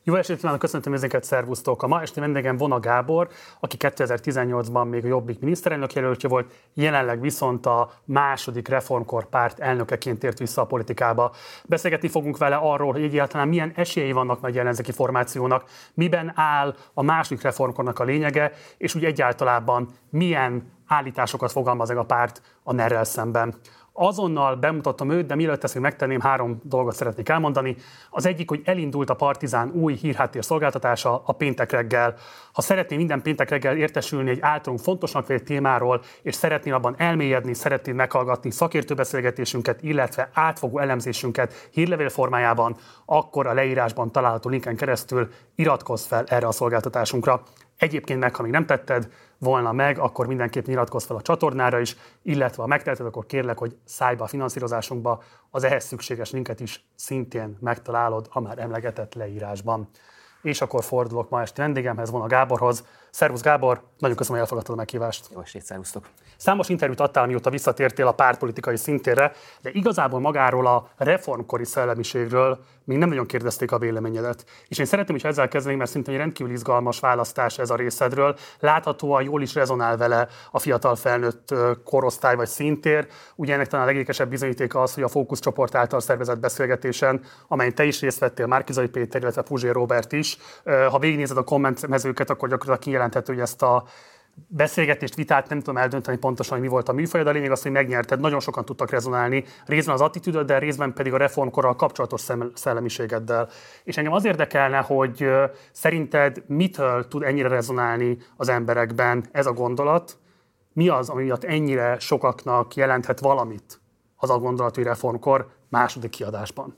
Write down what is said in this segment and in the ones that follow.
Jó estét kívánok, köszöntöm ezeket, szervusztok! A ma esti vendégem Vona Gábor, aki 2018-ban még a Jobbik miniszterelnök jelöltje volt, jelenleg viszont a második Reformkor párt elnökeként tért vissza a politikába. Beszélgetni fogunk vele arról, hogy egyáltalán milyen esélyei vannak nagy ellenzéki formációnak, miben áll a második Reformkornak a lényege, és úgy egyáltalában milyen állításokat fogalmaz meg a párt a NER-rel szemben. Azonnal bemutattam őt, de mielőtt ezt megtenném, 3 dolgot szeretnék elmondani. Az egyik, hogy elindult a Partizán új hírháttér szolgáltatása a péntek reggel. Ha szeretnél minden péntek reggel értesülni egy általunk fontosnak vélt témáról, és szeretnél abban elmélyedni, szeretnél meghallgatni szakértőbeszélgetésünket, illetve átfogó elemzésünket hírlevél formájában, akkor a leírásban található linken keresztül iratkozz fel erre a szolgáltatásunkra. Egyébként meg, ha még nem tetted volna meg, akkor mindenképp iratkozz fel a csatornára is, illetve ha megteheted, akkor kérlek, hogy szállj be a finanszírozásunkba, az ehhez szükséges linket is szintén megtalálod a már emlegetett leírásban. És akkor fordulok ma esti vendégemhez, Vona Gáborhoz. Szervusz Gábor, nagyon köszönöm, hogy elfogadtad a meghívást. Jó estét, szervusztok! Számos interjút adtál, mióta visszatértél a pártpolitikai szintérre, de igazából magáról a reformkori szellemiségről még nem nagyon kérdezték a véleményedet. És én szeretném is ezzel kezdeni, mert szerintem egy rendkívül izgalmas választás ez a részedről. Láthatóan jól is rezonál vele a fiatal felnőtt korosztály vagy szintér. Ugye ennek talán a legékesebb bizonyítéka az, hogy a fókuszcsoport által szervezett beszélgetésen, amelyen te is részt vettél, Márki-Zay Péter, illetve Puzsér Róbert is. Ha végignézed a kommentmezőket, akkor gyakorlatilag kijelenthető, hogy ezt a beszélgetést, vitát nem tudom eldönteni pontosan, hogy mi volt a műfaj, de a lényeg az, hogy megnyerted, nagyon sokan tudtak rezonálni, részben az attitűdöddel, részben pedig a reformkorral kapcsolatos szellemiségeddel. És engem az érdekelne, hogy szerinted mitől tud ennyire rezonálni az emberekben ez a gondolat, mi az, ami miatt ennyire sokaknak jelenthet valamit az a gondolat, hogy reformkor második kiadásban?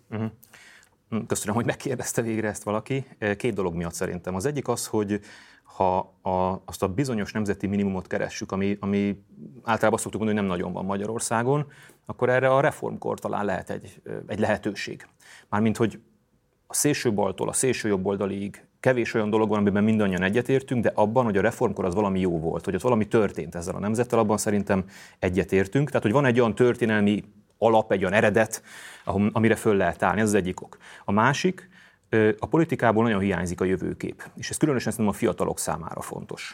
Köszönöm, hogy megkérdezte végre ezt valaki. 2 dolog miatt szerintem. Az egyik az, hogy ha azt a bizonyos nemzeti minimumot keressük, ami általában azt szoktuk mondani, hogy nem nagyon van Magyarországon, akkor erre a reformkor talán lehet egy lehetőség. Mármint, hogy a szélső baltól a szélső jobb oldalig kevés olyan dolog van, amiben mindannyian egyetértünk, de abban, hogy a reformkor az valami jó volt, hogy ott valami történt ezzel a nemzettel, abban szerintem egyetértünk. Tehát, hogy van egy olyan történelmi alap, egy olyan eredet, amire föl lehet állni, ez az egyik ok. A másik, a politikából nagyon hiányzik a jövőkép, és ez különösen szerintem a fiatalok számára fontos.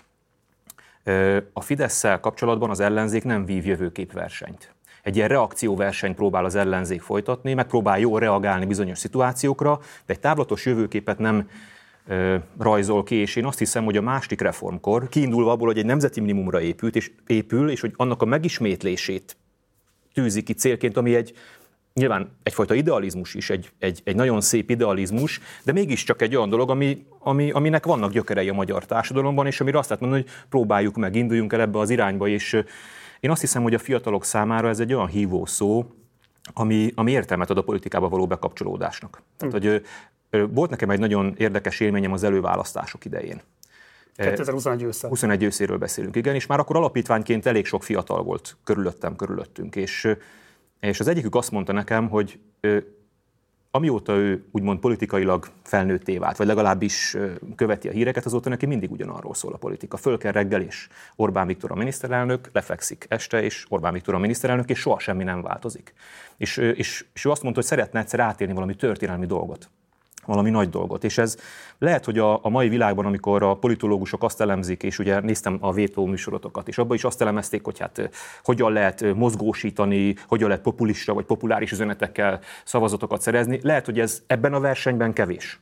A Fidesszel kapcsolatban az ellenzék nem vív jövőképversenyt. Egy ilyen reakcióversenyt próbál az ellenzék folytatni, megpróbál jól reagálni bizonyos szituációkra, de egy távlatos jövőképet nem rajzol ki, és én azt hiszem, hogy a második reformkor kiindulva abból, hogy egy nemzeti minimumra épül, és hogy annak a megismétlését tűzi ki célként, ami nyilván egyfajta idealizmus is, egy nagyon szép idealizmus, de mégiscsak egy olyan dolog, aminek vannak gyökerei a magyar társadalomban, és amire azt lehet mondani, hogy próbáljuk meg, induljunk el ebbe az irányba, és én azt hiszem, hogy a fiatalok számára ez egy olyan hívó szó, ami értelmet ad a politikába való bekapcsolódásnak. Tehát, hogy volt nekem egy nagyon érdekes élményem az előválasztások idején. 2021 ősszel. 21 őszéről beszélünk, igen, és már akkor alapítványként elég sok fiatal volt körülöttünk, és az egyikük azt mondta nekem, hogy amióta ő úgymond politikailag felnőtté vált, vagy legalábbis követi a híreket, azóta neki mindig ugyanarról szól a politika. Föl kell reggel, és Orbán Viktor a miniszterelnök, lefekszik este, és Orbán Viktor a miniszterelnök, és soha semmi nem változik. És ő azt mondta, hogy szeretne egyszer átélni valami történelmi dolgot. Valami nagy dolgot. És ez lehet, hogy a mai világban, amikor a politológusok azt elemzik, és ugye néztem a vétó műsorotokat, és abban is azt elemezték, hogy hát hogyan lehet mozgósítani, hogyan lehet populista vagy populáris üzenetekkel szavazatokat szerezni. Lehet, hogy ez ebben a versenyben kevés.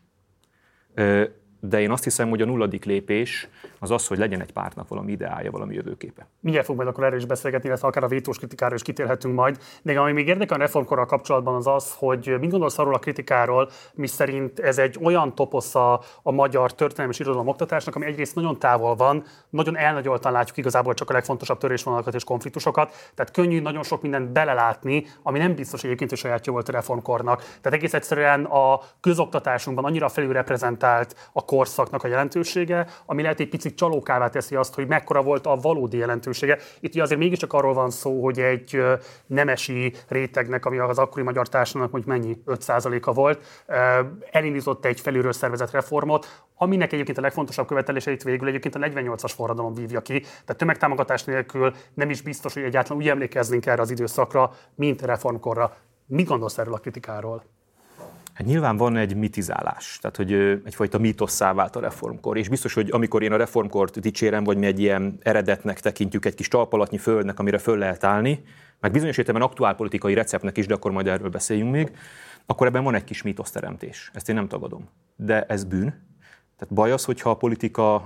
De én azt hiszem, hogy a 0. lépés az, hogy legyen egy pártnak valami ideája, valami jövőképe. Mindjárt fogunk majd akkor erről is beszélgetni, illetve akár a vétós kritikáról is kitérhetünk majd. De ami még érdekel a reformkorral kapcsolatban az, hogy mit gondolsz arról a kritikáról, miszerint ez egy olyan toposza a magyar történelmi és irodalom oktatásnak, ami egyrészt nagyon távol van, nagyon elnagyoltan látjuk igazából csak a legfontosabb törésvonalakat és konfliktusokat, tehát könnyű nagyon sok mindent belelátni, ami nem biztos, hogy egyébként is sajátja volt a reformkornak. Tehát egész egyszerűen a közoktatásunkban annyira felülreprezentált a korszaknak a jelentősége, ami lehet egy picit csalókává teszi azt, hogy mekkora volt a valódi jelentősége. Itt ugye azért mégiscsak arról van szó, hogy egy nemesi rétegnek, ami az akkori magyar társadalomnak mondjuk mennyi 5%-a volt, elindított egy felülről szervezett reformot, aminek egyébként a legfontosabb követeléseit végül egyébként a 48-as forradalom vívja ki. Tehát tömegtámogatás nélkül nem is biztos, hogy egyáltalán úgy emlékeznénk erre az időszakra, mint reformkorra. Mit gondolsz erről a kritikáról? Hát nyilván van egy mitizálás, tehát hogy egyfajta mítosszá vált a reformkor, és biztos, hogy amikor én a reformkort dicsérem, vagy mi egy ilyen eredetnek tekintjük, egy kis talpalatnyi földnek, amire föl lehet állni, meg bizonyos értelemben aktuálpolitikai receptnek is, de akkor majd erről beszéljünk még, akkor ebben van egy kis mítoszteremtés. Ezt én nem tagadom. De ez bűn. Tehát baj az, hogyha a politika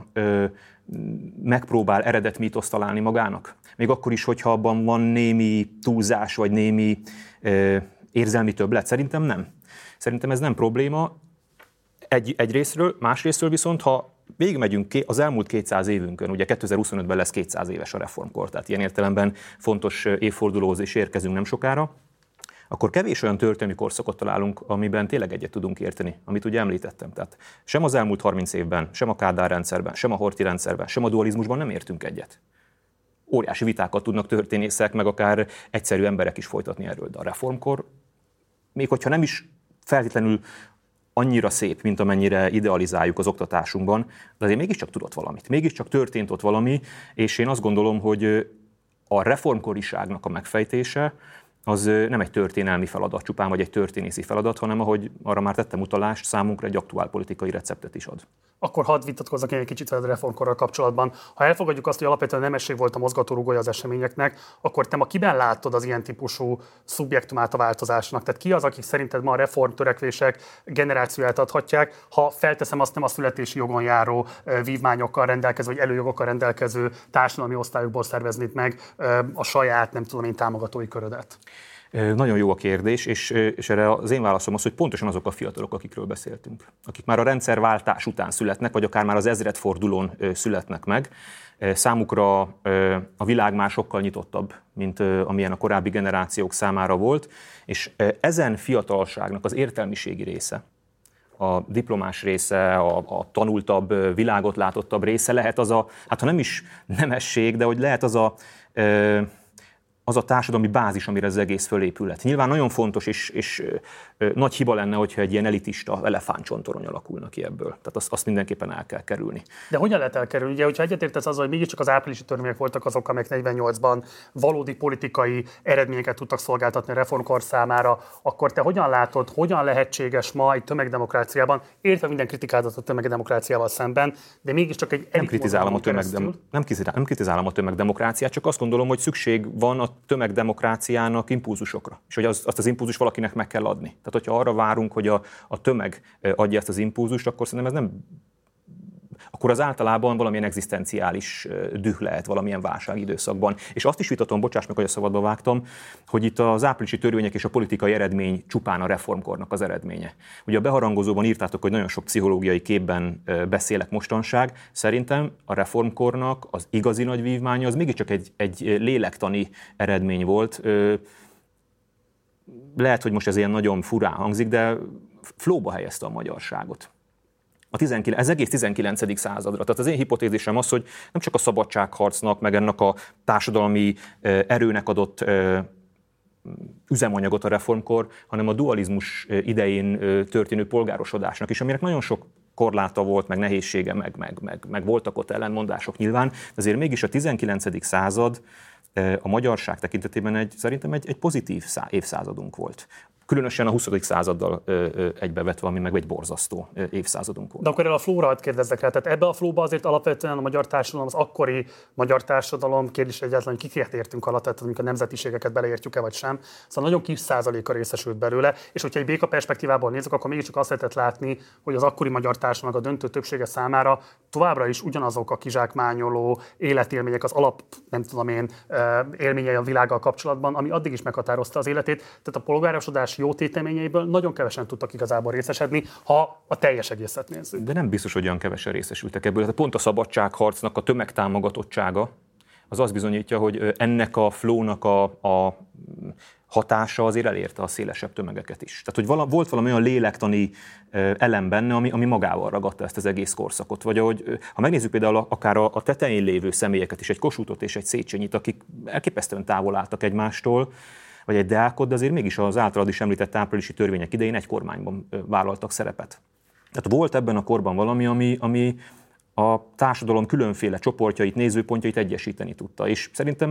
megpróbál eredet mítoszt találni magának. Még akkor is, hogyha abban van némi túlzás, vagy némi érzelmi többlet. Szerintem nem. Szerintem ez nem probléma egy részről, más részről viszont, ha végigmegyünk az elmúlt 200 évünkön, ugye 2025-ben lesz 200 éves a reformkor, tehát ilyen értelemben fontos évfordulóhoz is érkezünk nem sokára, akkor kevés olyan történelmi korszakot találunk, amiben tényleg egyet tudunk érteni, amit ugye említettem. Tehát sem az elmúlt 30 évben, sem a Kádár rendszerben, sem a Horthy rendszerben, sem a dualizmusban nem értünk egyet. Óriási vitákat tudnak történészek, meg akár egyszerű emberek is folytatni erről, de a reformkor, még hogyha nem is feltétlenül annyira szép, mint amennyire idealizáljuk az oktatásunkban, de azért mégiscsak tudott valamit. Mégiscsak történt ott valami, és én azt gondolom, hogy a reformkoriságnak a megfejtése az nem egy történelmi feladat csupán, vagy egy történészi feladat, hanem ahogy arra már tettem utalást, számunkra egy aktuálpolitikai receptet is ad. Akkor hadd vitatkozzak én egy kicsit a reformkorral kapcsolatban. Ha elfogadjuk azt, hogy alapvetően nemesség volt a mozgatórugója az eseményeknek, akkor te ma kiben látod az ilyen típusú szubjektumát a változásnak? Tehát ki az, akik szerinted ma a reformtörekvések generációját adhatják, ha felteszem azt, nem a születési jogon járó vívmányokkal rendelkező, vagy előjogokkal rendelkező társadalmi osztályokból szerveznéd meg a saját, nem tudom én, támogatói körödet? Nagyon jó a kérdés, és erre az én válaszom az, hogy pontosan azok a fiatalok, akikről beszéltünk, akik már a rendszerváltás után születnek, vagy akár már az ezredfordulón születnek meg. Számukra a világ már sokkal nyitottabb, mint amilyen a korábbi generációk számára volt, és ezen fiatalságnak az értelmiségi része, a diplomás része, a tanultabb, világot látottabb része lehet az a, hát ha nem is nemesség, de hogy lehet az a társadalmi bázis, amire az egész fölépülhet. Nyilván nagyon fontos és nagy hiba lenne, hogyha egy ilyen elitista elefántcsontorony alakulna ki ebből. Tehát azt mindenképpen el kell kerülni. De hogyan lehet elkerülni? Ugye, hogyha egyetértesz azzal, hogy mégiscsak az áprilisi törvények voltak azok, amelyek 48-ban valódi politikai eredményeket tudtak szolgáltatni a reformkor számára, akkor te hogyan látod, hogyan lehetséges ma egy tömegdemokráciában, értve minden kritikádat a tömegdemokráciával szemben, de mégiscsak egy nem kritizálom a tömegdemokráciát, csak azt gondolom, hogy szükség van a tömegdemokráciának impulzusokra, és hogy azt az impulzus valakinek meg kell adni. Tehát, hogyha arra várunk, hogy a tömeg adja ezt az impulzust, akkor szerintem ez nem... Akkor az általában valamilyen egzisztenciális düh lehet valamilyen válságidőszakban. És azt is vitatom, bocsáss meg, hogy a szabadba vágtam, hogy itt az áprilisi törvények és a politikai eredmény csupán a reformkornak az eredménye. Ugye a beharangozóban írtátok, hogy nagyon sok pszichológiai képben beszélek mostanság. Szerintem a reformkornak az igazi nagy vívmánya az mégiscsak egy lélektani eredmény volt. Lehet, hogy most ez ilyen nagyon furán hangzik, de flóba helyezte a magyarságot. Ez egész 19. századra. Tehát az én hipotézisem az, hogy nem csak a szabadságharcnak, meg ennek a társadalmi erőnek adott üzemanyagot a reformkor, hanem a dualizmus idején történő polgárosodásnak is, aminek nagyon sok korláta volt, meg nehézsége, meg voltak ott ellentmondások nyilván, de azért mégis a 19. század a magyarság tekintetében szerintem egy pozitív évszázadunk volt. Különösen a 20. századdal egybevetve, ami meg egy borzasztó évszázadunk volt. De akkor el a flóra hadd kérdezzek rá. Tehát ebbe a flóba azért alapvetően a magyar társadalom, az akkori magyar társadalom, kérdés egyáltalán, hogy kiket értünk alatt, tehát amikor a nemzetiségeket beleértjük-e vagy sem. Szóval nagyon kis százaléka részesült belőle, és hogyha egy béka perspektívából nézzük, akkor mégiscsak azt lehetett látni, hogy az akkori magyar társadalomnak a döntő többsége számára továbbra is ugyanazok a kizsákmányoló életélmények, az alap, nem tudom én, élményei a világgal kapcsolatban, ami addig is meghatározta az életét. Tehát a polgárosodás jó téteményeiből nagyon kevesen tudtak igazából részesedni, ha a teljes egészet nézzük. De nem biztos, hogy olyan kevesen részesültek ebből. Tehát pont a szabadságharcnak a tömegtámogatottsága az azt bizonyítja, hogy ennek a flónak a hatása azért elérte a szélesebb tömegeket is. Tehát, hogy volt valami olyan lélektani elem benne, ami magával ragadta ezt az egész korszakot. Vagy ahogy, ha megnézzük például akár a tetején lévő személyeket is, egy Kossuthot és egy Széchenyit, akik elképesztően távol álltak egymástól, vagy egy Deákot, de azért mégis az általad is említett áprilisi törvények idején egy kormányban vállaltak szerepet. Tehát volt ebben a korban valami, ami a társadalom különféle csoportjait, nézőpontjait egyesíteni tudta. És szerintem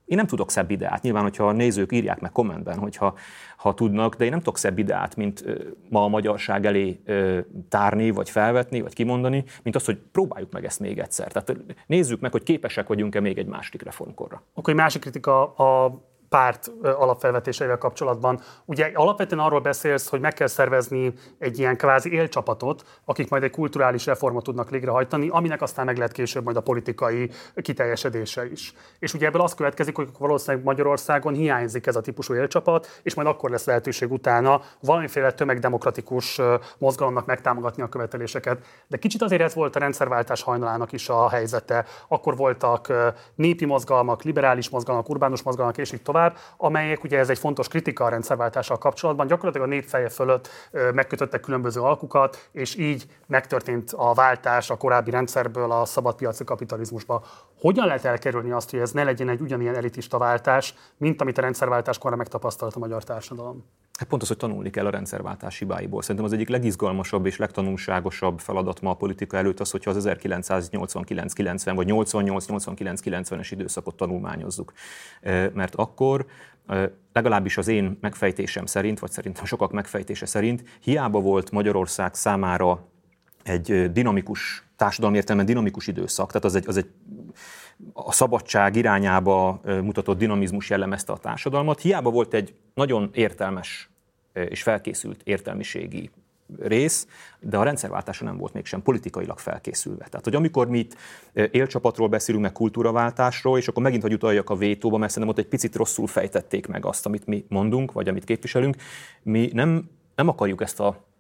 Én nem tudok szebb ideát. Nyilván, hogyha a nézők írják meg kommentben, hogyha tudnak, de én nem tudok szebb ideát, mint ma a magyarság elé tárni, vagy felvetni, vagy kimondani, mint azt, hogy próbáljuk meg ezt még egyszer. Tehát nézzük meg, hogy képesek vagyunk-e még egy második reformkorra. Akkor egy másik kritika a párt alapfelvetéseivel kapcsolatban. Ugye alapvetően arról beszélsz, hogy meg kell szervezni egy ilyen kvázi élcsapatot, akik majd egy kulturális reformot tudnak végrehajtani, aminek aztán meg lehet később majd a politikai kiteljesedése is. És ugye ebből az következik, hogy valószínűleg Magyarországon hiányzik ez a típusú élcsapat, és majd akkor lesz lehetőség utána valamiféle tömegdemokratikus mozgalomnak megtámogatni a követeléseket. De kicsit azért ez volt a rendszerváltás hajnalának is a helyzete. Akkor voltak népi mozgalmak, liberális mozgalmak, urbánus mozgalmak, és így tovább, amelyek, ugye ez egy fontos kritika a rendszerváltással kapcsolatban, gyakorlatilag a nép feje fölött megkötöttek különböző alkukat, és így megtörtént a váltás a korábbi rendszerből a szabadpiaci kapitalizmusba. Hogyan lehet elkerülni azt, hogy ez ne legyen egy ugyanilyen elitista váltás, mint amit a rendszerváltáskorra megtapasztalt a magyar társadalom? Hát pont az, hogy tanulni kell a rendszerváltás hibáiból. Szerintem az egyik legizgalmasabb és legtanulságosabb feladat ma a politika előtt az, hogyha az 1989-90 vagy 88-89-90-es időszakot tanulmányozzuk. Mert akkor legalábbis az én megfejtésem szerint, vagy szerintem sokak megfejtése szerint, hiába volt Magyarország számára egy dinamikus, társadalmi értelemben dinamikus időszak, tehát az egy a szabadság irányába mutatott dinamizmus jellemezte a társadalmat. Hiába volt egy nagyon értelmes és felkészült értelmiségi rész, de a rendszerváltása nem volt mégsem politikailag felkészülve. Tehát, hogy amikor mi itt élcsapatról beszélünk, meg kultúraváltásról, és akkor megint, hogy utaljak a vétóba, mert szerintem ott egy picit rosszul fejtették meg azt, amit mi mondunk, vagy amit képviselünk. Mi nem akarjuk ezt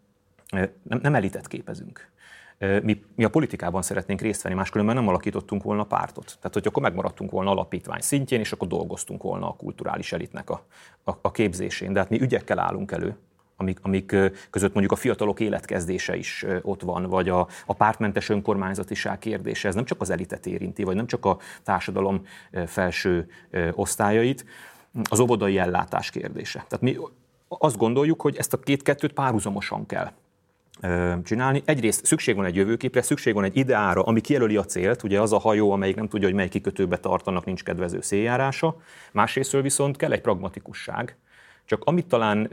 nem elitet képezünk. Mi a politikában szeretnénk részt venni, máskülönben nem alakítottunk volna pártot. Tehát, hogy akkor megmaradtunk volna alapítvány szintjén, és akkor dolgoztunk volna a kulturális elitnek a képzésén. De hát mi ügyekkel állunk elő, amik között mondjuk a fiatalok életkezdése is ott van, vagy a pártmentes önkormányzatiság kérdése. Ez nem csak az elitet érinti, vagy nem csak a társadalom felső osztályait, az óvodai ellátás kérdése. Tehát mi azt gondoljuk, hogy ezt a kettőt párhuzamosan kell csinálni. Egyrészt szükség van egy jövőképre, szükség van egy ideára, ami kijelöli a célt, ugye az a hajó, amelyik nem tudja, hogy mely kikötőbe tartanak, nincs kedvező széljárása. Másrésztről viszont kell egy pragmatikusság. Csak amit talán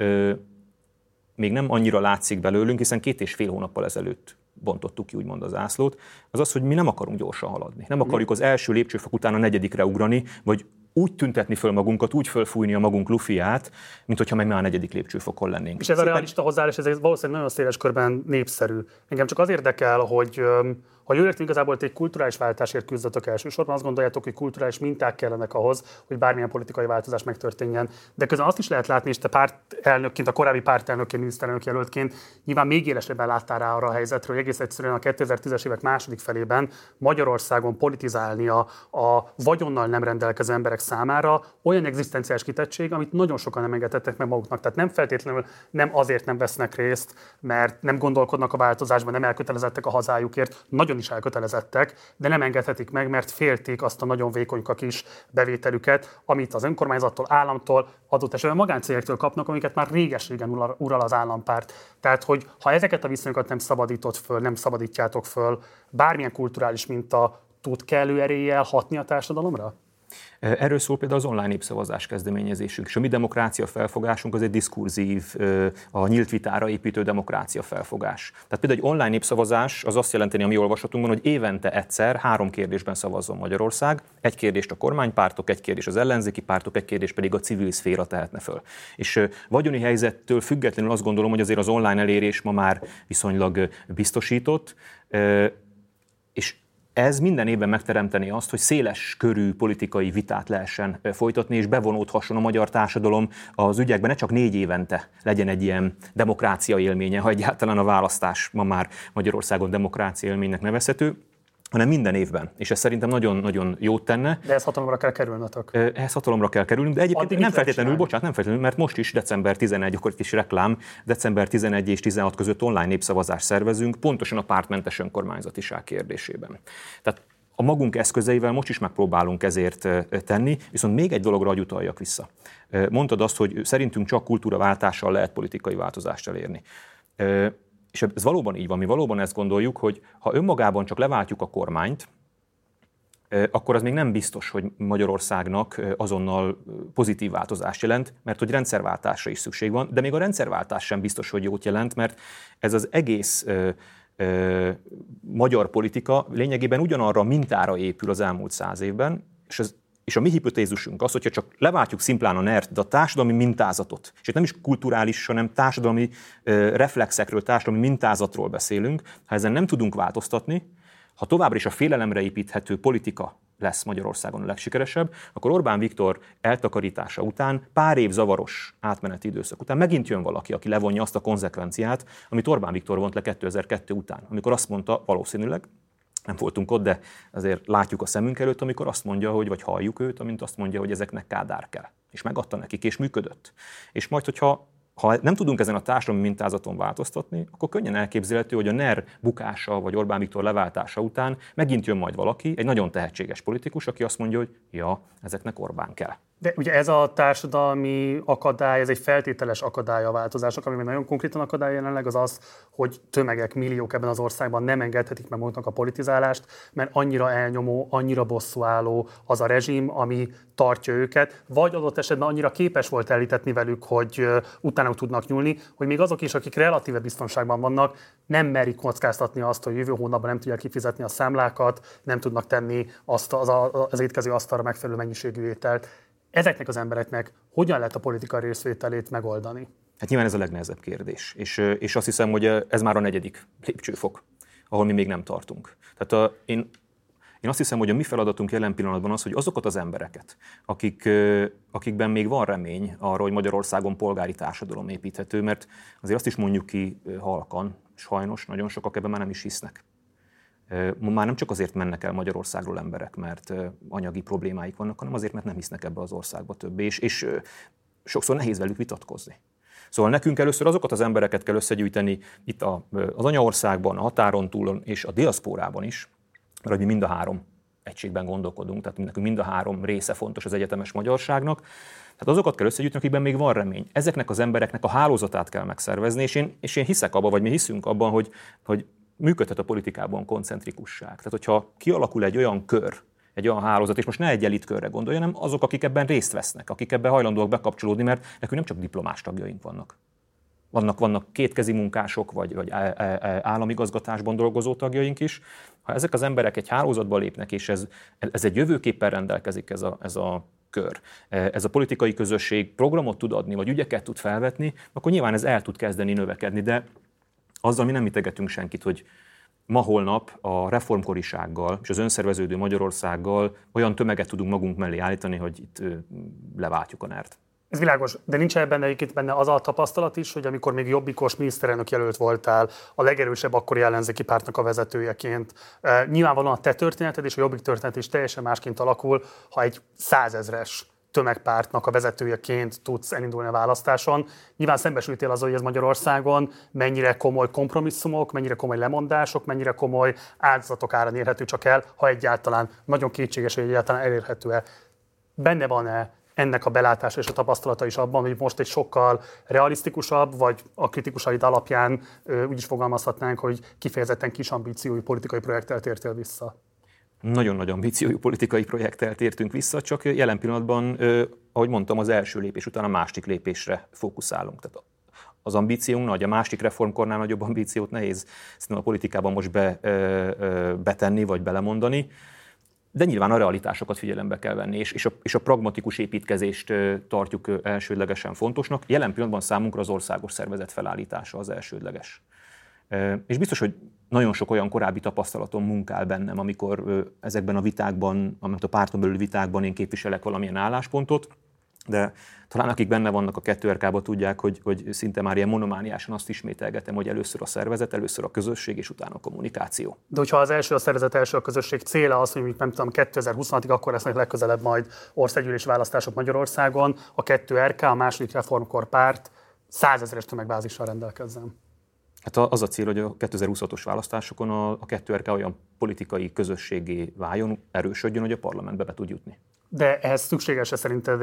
még nem annyira látszik belőlünk, hiszen 2,5 hónappal ezelőtt bontottuk ki úgymond az zászlót, az az, hogy mi nem akarunk gyorsan haladni. Nem akarjuk az első lépcsőfok után a 4. ugrani, vagy úgy tüntetni föl magunkat, úgy fölfújni a magunk lufiát, mint hogyha meg már a 4. lépcsőfokon lennénk. És ez a realista hozzáállás, ez valószínűleg nagyon széles körben népszerű. Engem csak az érdekel, hogy ha jól értem, igazából egy kulturális váltásért küzdötök elsősorban, azt gondoljátok, hogy kulturális minták kellenek ahhoz, hogy bármilyen politikai változás megtörténjen. De közben azt is lehet látni, és te pártelnökként, a korábbi pártelnökként, miniszterelnök jelöltként nyilván még élesebben láttál rá arra a helyzetről, hogy egész egyszerűen a 2010-es évek második felében Magyarországon politizálni a vagyonnal nem rendelkező emberek számára olyan egzisztenciális kitettség, amit nagyon sokan nem engedhettek meg maguknak. Tehát nem feltétlenül nem azért nem vesznek részt, mert nem gondolkodnak a változásban, nem elkötelezettek a hazájukért, nagyon is elkötelezettek, de nem engedhetik meg, mert félték azt a nagyon vékonyka kis bevételüket, amit az önkormányzattól, államtól, adott esetben magáncégektől kapnak, amiket már réges-régen ural az állampárt. Tehát, hogy ha ezeket a viszonyokat nem szabadítod föl, nem szabadítjátok föl, bármilyen kulturális minta tud kellő eréllyel hatni a társadalomra? Erről szól például az online népszavazás kezdeményezésünk, és a mi demokrácia felfogásunk az egy diskurzív, a nyílt vitára építő demokrácia felfogás. Tehát például egy online népszavazás az azt jelenteni a mi olvasatunkban, hogy évente egyszer 3 kérdésben szavazzon Magyarország, egy kérdést a kormánypártok, egy kérdés az ellenzéki pártok, egy kérdés pedig a civil szféra tehetne föl. És vagyoni helyzettől függetlenül azt gondolom, hogy azért az online elérés ma már viszonylag biztosított, és ez minden évben megteremteni azt, hogy széles körű politikai vitát lehessen folytatni, és bevonódhasson a magyar társadalom az ügyekben, ne csak 4 évente legyen egy ilyen demokrácia élménye, ha egyáltalán a választás ma már Magyarországon demokrácia élménynek nevezhető, hanem minden évben. És ez szerintem nagyon-nagyon jót tenne. De ez hatalomra kell kerülnötök. Ehhez hatalomra kell kerülnünk, de egyébként nem feltétlenül, mert most is december 11, akkor itt is reklám, december 11 és 16 között online népszavazást szervezünk, pontosan a pártmentes önkormányzatiság kérdésében. Tehát a magunk eszközeivel most is megpróbálunk ezért tenni, viszont még egy dologra utaljak vissza. Mondtad azt, hogy szerintünk csak kultúraváltással lehet politikai változást elérni. És ez valóban így van, mi valóban ezt gondoljuk, hogy ha önmagában csak leváltjuk a kormányt, akkor az még nem biztos, hogy Magyarországnak azonnal pozitív változást jelent, mert hogy rendszerváltásra is szükség van, de még a rendszerváltás sem biztos, hogy jót jelent, mert ez az egész magyar politika lényegében ugyanarra a mintára épül az elmúlt 100 évben, és a mi hipotézisünk az, hogyha csak leváltjuk szimplán a NER-t, de a társadalmi mintázatot, és itt nem is kulturális, hanem társadalmi reflexekről, társadalmi mintázatról beszélünk, ha ezen nem tudunk változtatni, ha továbbra is a félelemre építhető politika lesz Magyarországon a legsikeresebb, akkor Orbán Viktor eltakarítása után, pár év zavaros átmeneti időszak után megint jön valaki, aki levonja azt a konzekvenciát, amit Orbán Viktor vont le 2002 után, amikor azt mondta, valószínűleg, nem voltunk ott, de azért látjuk a szemünk előtt, amikor azt mondja, hogy, vagy halljuk őt, amint azt mondja, hogy ezeknek Kádár kell. És megadta nekik, és működött. És majd, hogyha nem tudunk ezen a társadalmi mintázaton változtatni, akkor könnyen elképzelhető, hogy a NER bukása vagy Orbán Viktor leváltása után megint jön majd valaki, egy nagyon tehetséges politikus, aki azt mondja, hogy ja, ezeknek Orbán kell. De ugye ez a társadalmi akadály, ez egy feltételes akadály a változások, ami nagyon konkrétan akadály jelenleg az az, hogy tömegek, milliók ebben az országban nem engedhetik meg maguknak a politizálást, mert annyira elnyomó, annyira bosszúálló az a rezsim, ami tartja őket, vagy adott esetben annyira képes volt elhitetni velük, hogy utána tudnak nyúlni, hogy még azok is, akik relatíve biztonságban vannak, nem merik kockáztatni azt, hogy jövő hónapban nem tudják kifizetni a számlákat, nem tudnak tenni azt az étkező asztalra megfelelő mennyiségű ételt. Ezeknek az embereknek hogyan lehet a politika részvételét megoldani? Hát nyilván ez a legnehezebb kérdés, és azt hiszem, hogy ez már a 4. lépcsőfok, ahol mi még nem tartunk. Tehát én azt hiszem, hogy a mi feladatunk jelen pillanatban az, hogy azokat az embereket, akikben még van remény arra, hogy Magyarországon polgári társadalom építhető, mert azért azt is mondjuk ki halkan, sajnos nagyon sokak ebben már nem is hisznek. Már nem csak azért mennek el Magyarországról emberek, mert anyagi problémáik vannak, hanem azért, mert nem hisznek ebbe az országba többé, és sokszor nehéz velük vitatkozni. Szóval nekünk először azokat az embereket kell összegyűjteni itt az anyaországban, a határon túlon és a diaszpórában is, mert mi mind a 3 egységben gondolkodunk, tehát nekünk mind a 3 része fontos az egyetemes magyarságnak. Tehát azokat kell összegyűjteni, akikben még van remény. Ezeknek az embereknek a hálózatát kell megszervezni, és én hiszek abban, vagy mi hiszünk abban, hogy működhet a politikában koncentrikusság. Tehát, hogyha kialakul egy olyan kör, egy olyan hálózat, és most ne egy elitkörre gondolj, hanem azok, akik ebben részt vesznek, akik ebben hajlandóak bekapcsolódni, mert nekünk nem csak diplomás tagjaink vannak. Vannak kétkezi munkások, vagy államigazgatásban dolgozó tagjaink is. Ha ezek az emberek egy hálózatba lépnek, és ez egy jövőképpen rendelkezik ez a kör, ez a politikai közösség programot tud adni, vagy ügyeket tud felvetni, akkor nyilván ez el tud kezdeni növekedni, de azzal mi nem itegetünk senkit, hogy ma-holnap a reformkorisággal és az önszerveződő Magyarországgal olyan tömeget tudunk magunk mellé állítani, hogy itt leváltjuk a NER-t. Ez világos, de nincs ebben egyébként benne az a tapasztalat is, hogy amikor még jobbikos miniszterelnök jelölt voltál, a legerősebb akkori ellenzéki pártnak a vezetőjeként, nyilvánvalóan a te történeted és a Jobbik történet is teljesen másként alakul, ha egy 100 000-es tömegpártnak a vezetőjeként tudsz elindulni a választáson. Nyilván szembesültél azzal, hogy ez Magyarországon mennyire komoly kompromisszumok, mennyire komoly lemondások, mennyire komoly áldozatok árán érhető csak el, ha egyáltalán nagyon kétséges, hogy egyáltalán elérhető-e. Benne van-e ennek a belátása és a tapasztalata is abban, hogy most egy sokkal realisztikusabb, vagy a kritikusaid alapján úgy is fogalmazhatnánk, hogy kifejezetten kis ambíciói politikai projekttel tértél vissza? Nagyon nagy ambíciójú politikai projekttel tértünk vissza, csak jelen pillanatban, ahogy mondtam, az első lépés után a másik lépésre fókuszálunk. Tehát az ambíciónk nagy, a másik reformkornál nagyobb ambíciót nehéz szerintem a politikában most betenni vagy belemondani, de nyilván a realitásokat figyelembe kell venni, és a pragmatikus építkezést tartjuk elsődlegesen fontosnak. Jelen pillanatban számunkra az országos szervezet felállítása az elsődleges. És biztos, hogy nagyon sok olyan korábbi tapasztalatom munkál bennem, amikor ezekben a vitákban, amit a párton belül vitákban én képviselek valamilyen álláspontot, de talán akik benne vannak a 2RK-ban tudják, hogy szinte már ilyen monomániásan azt ismételgetem, hogy először a szervezet, először a közösség, és utána a kommunikáció. De hogyha az első a szervezet, első a közösség céla az, hogy nem tudom, 2026-ig akkor lesznek legközelebb majd országgyűlési választások Magyarországon, a 2RK, a második reformkor párt 100 000-es tömegbázissal rendelkezzen. Hát az a cél, hogy a 2026-os választásokon a 2RK olyan politikai közösségé váljon, erősödjön, hogy a parlamentbe be tud jutni. De ehhez szükséges szerinted egy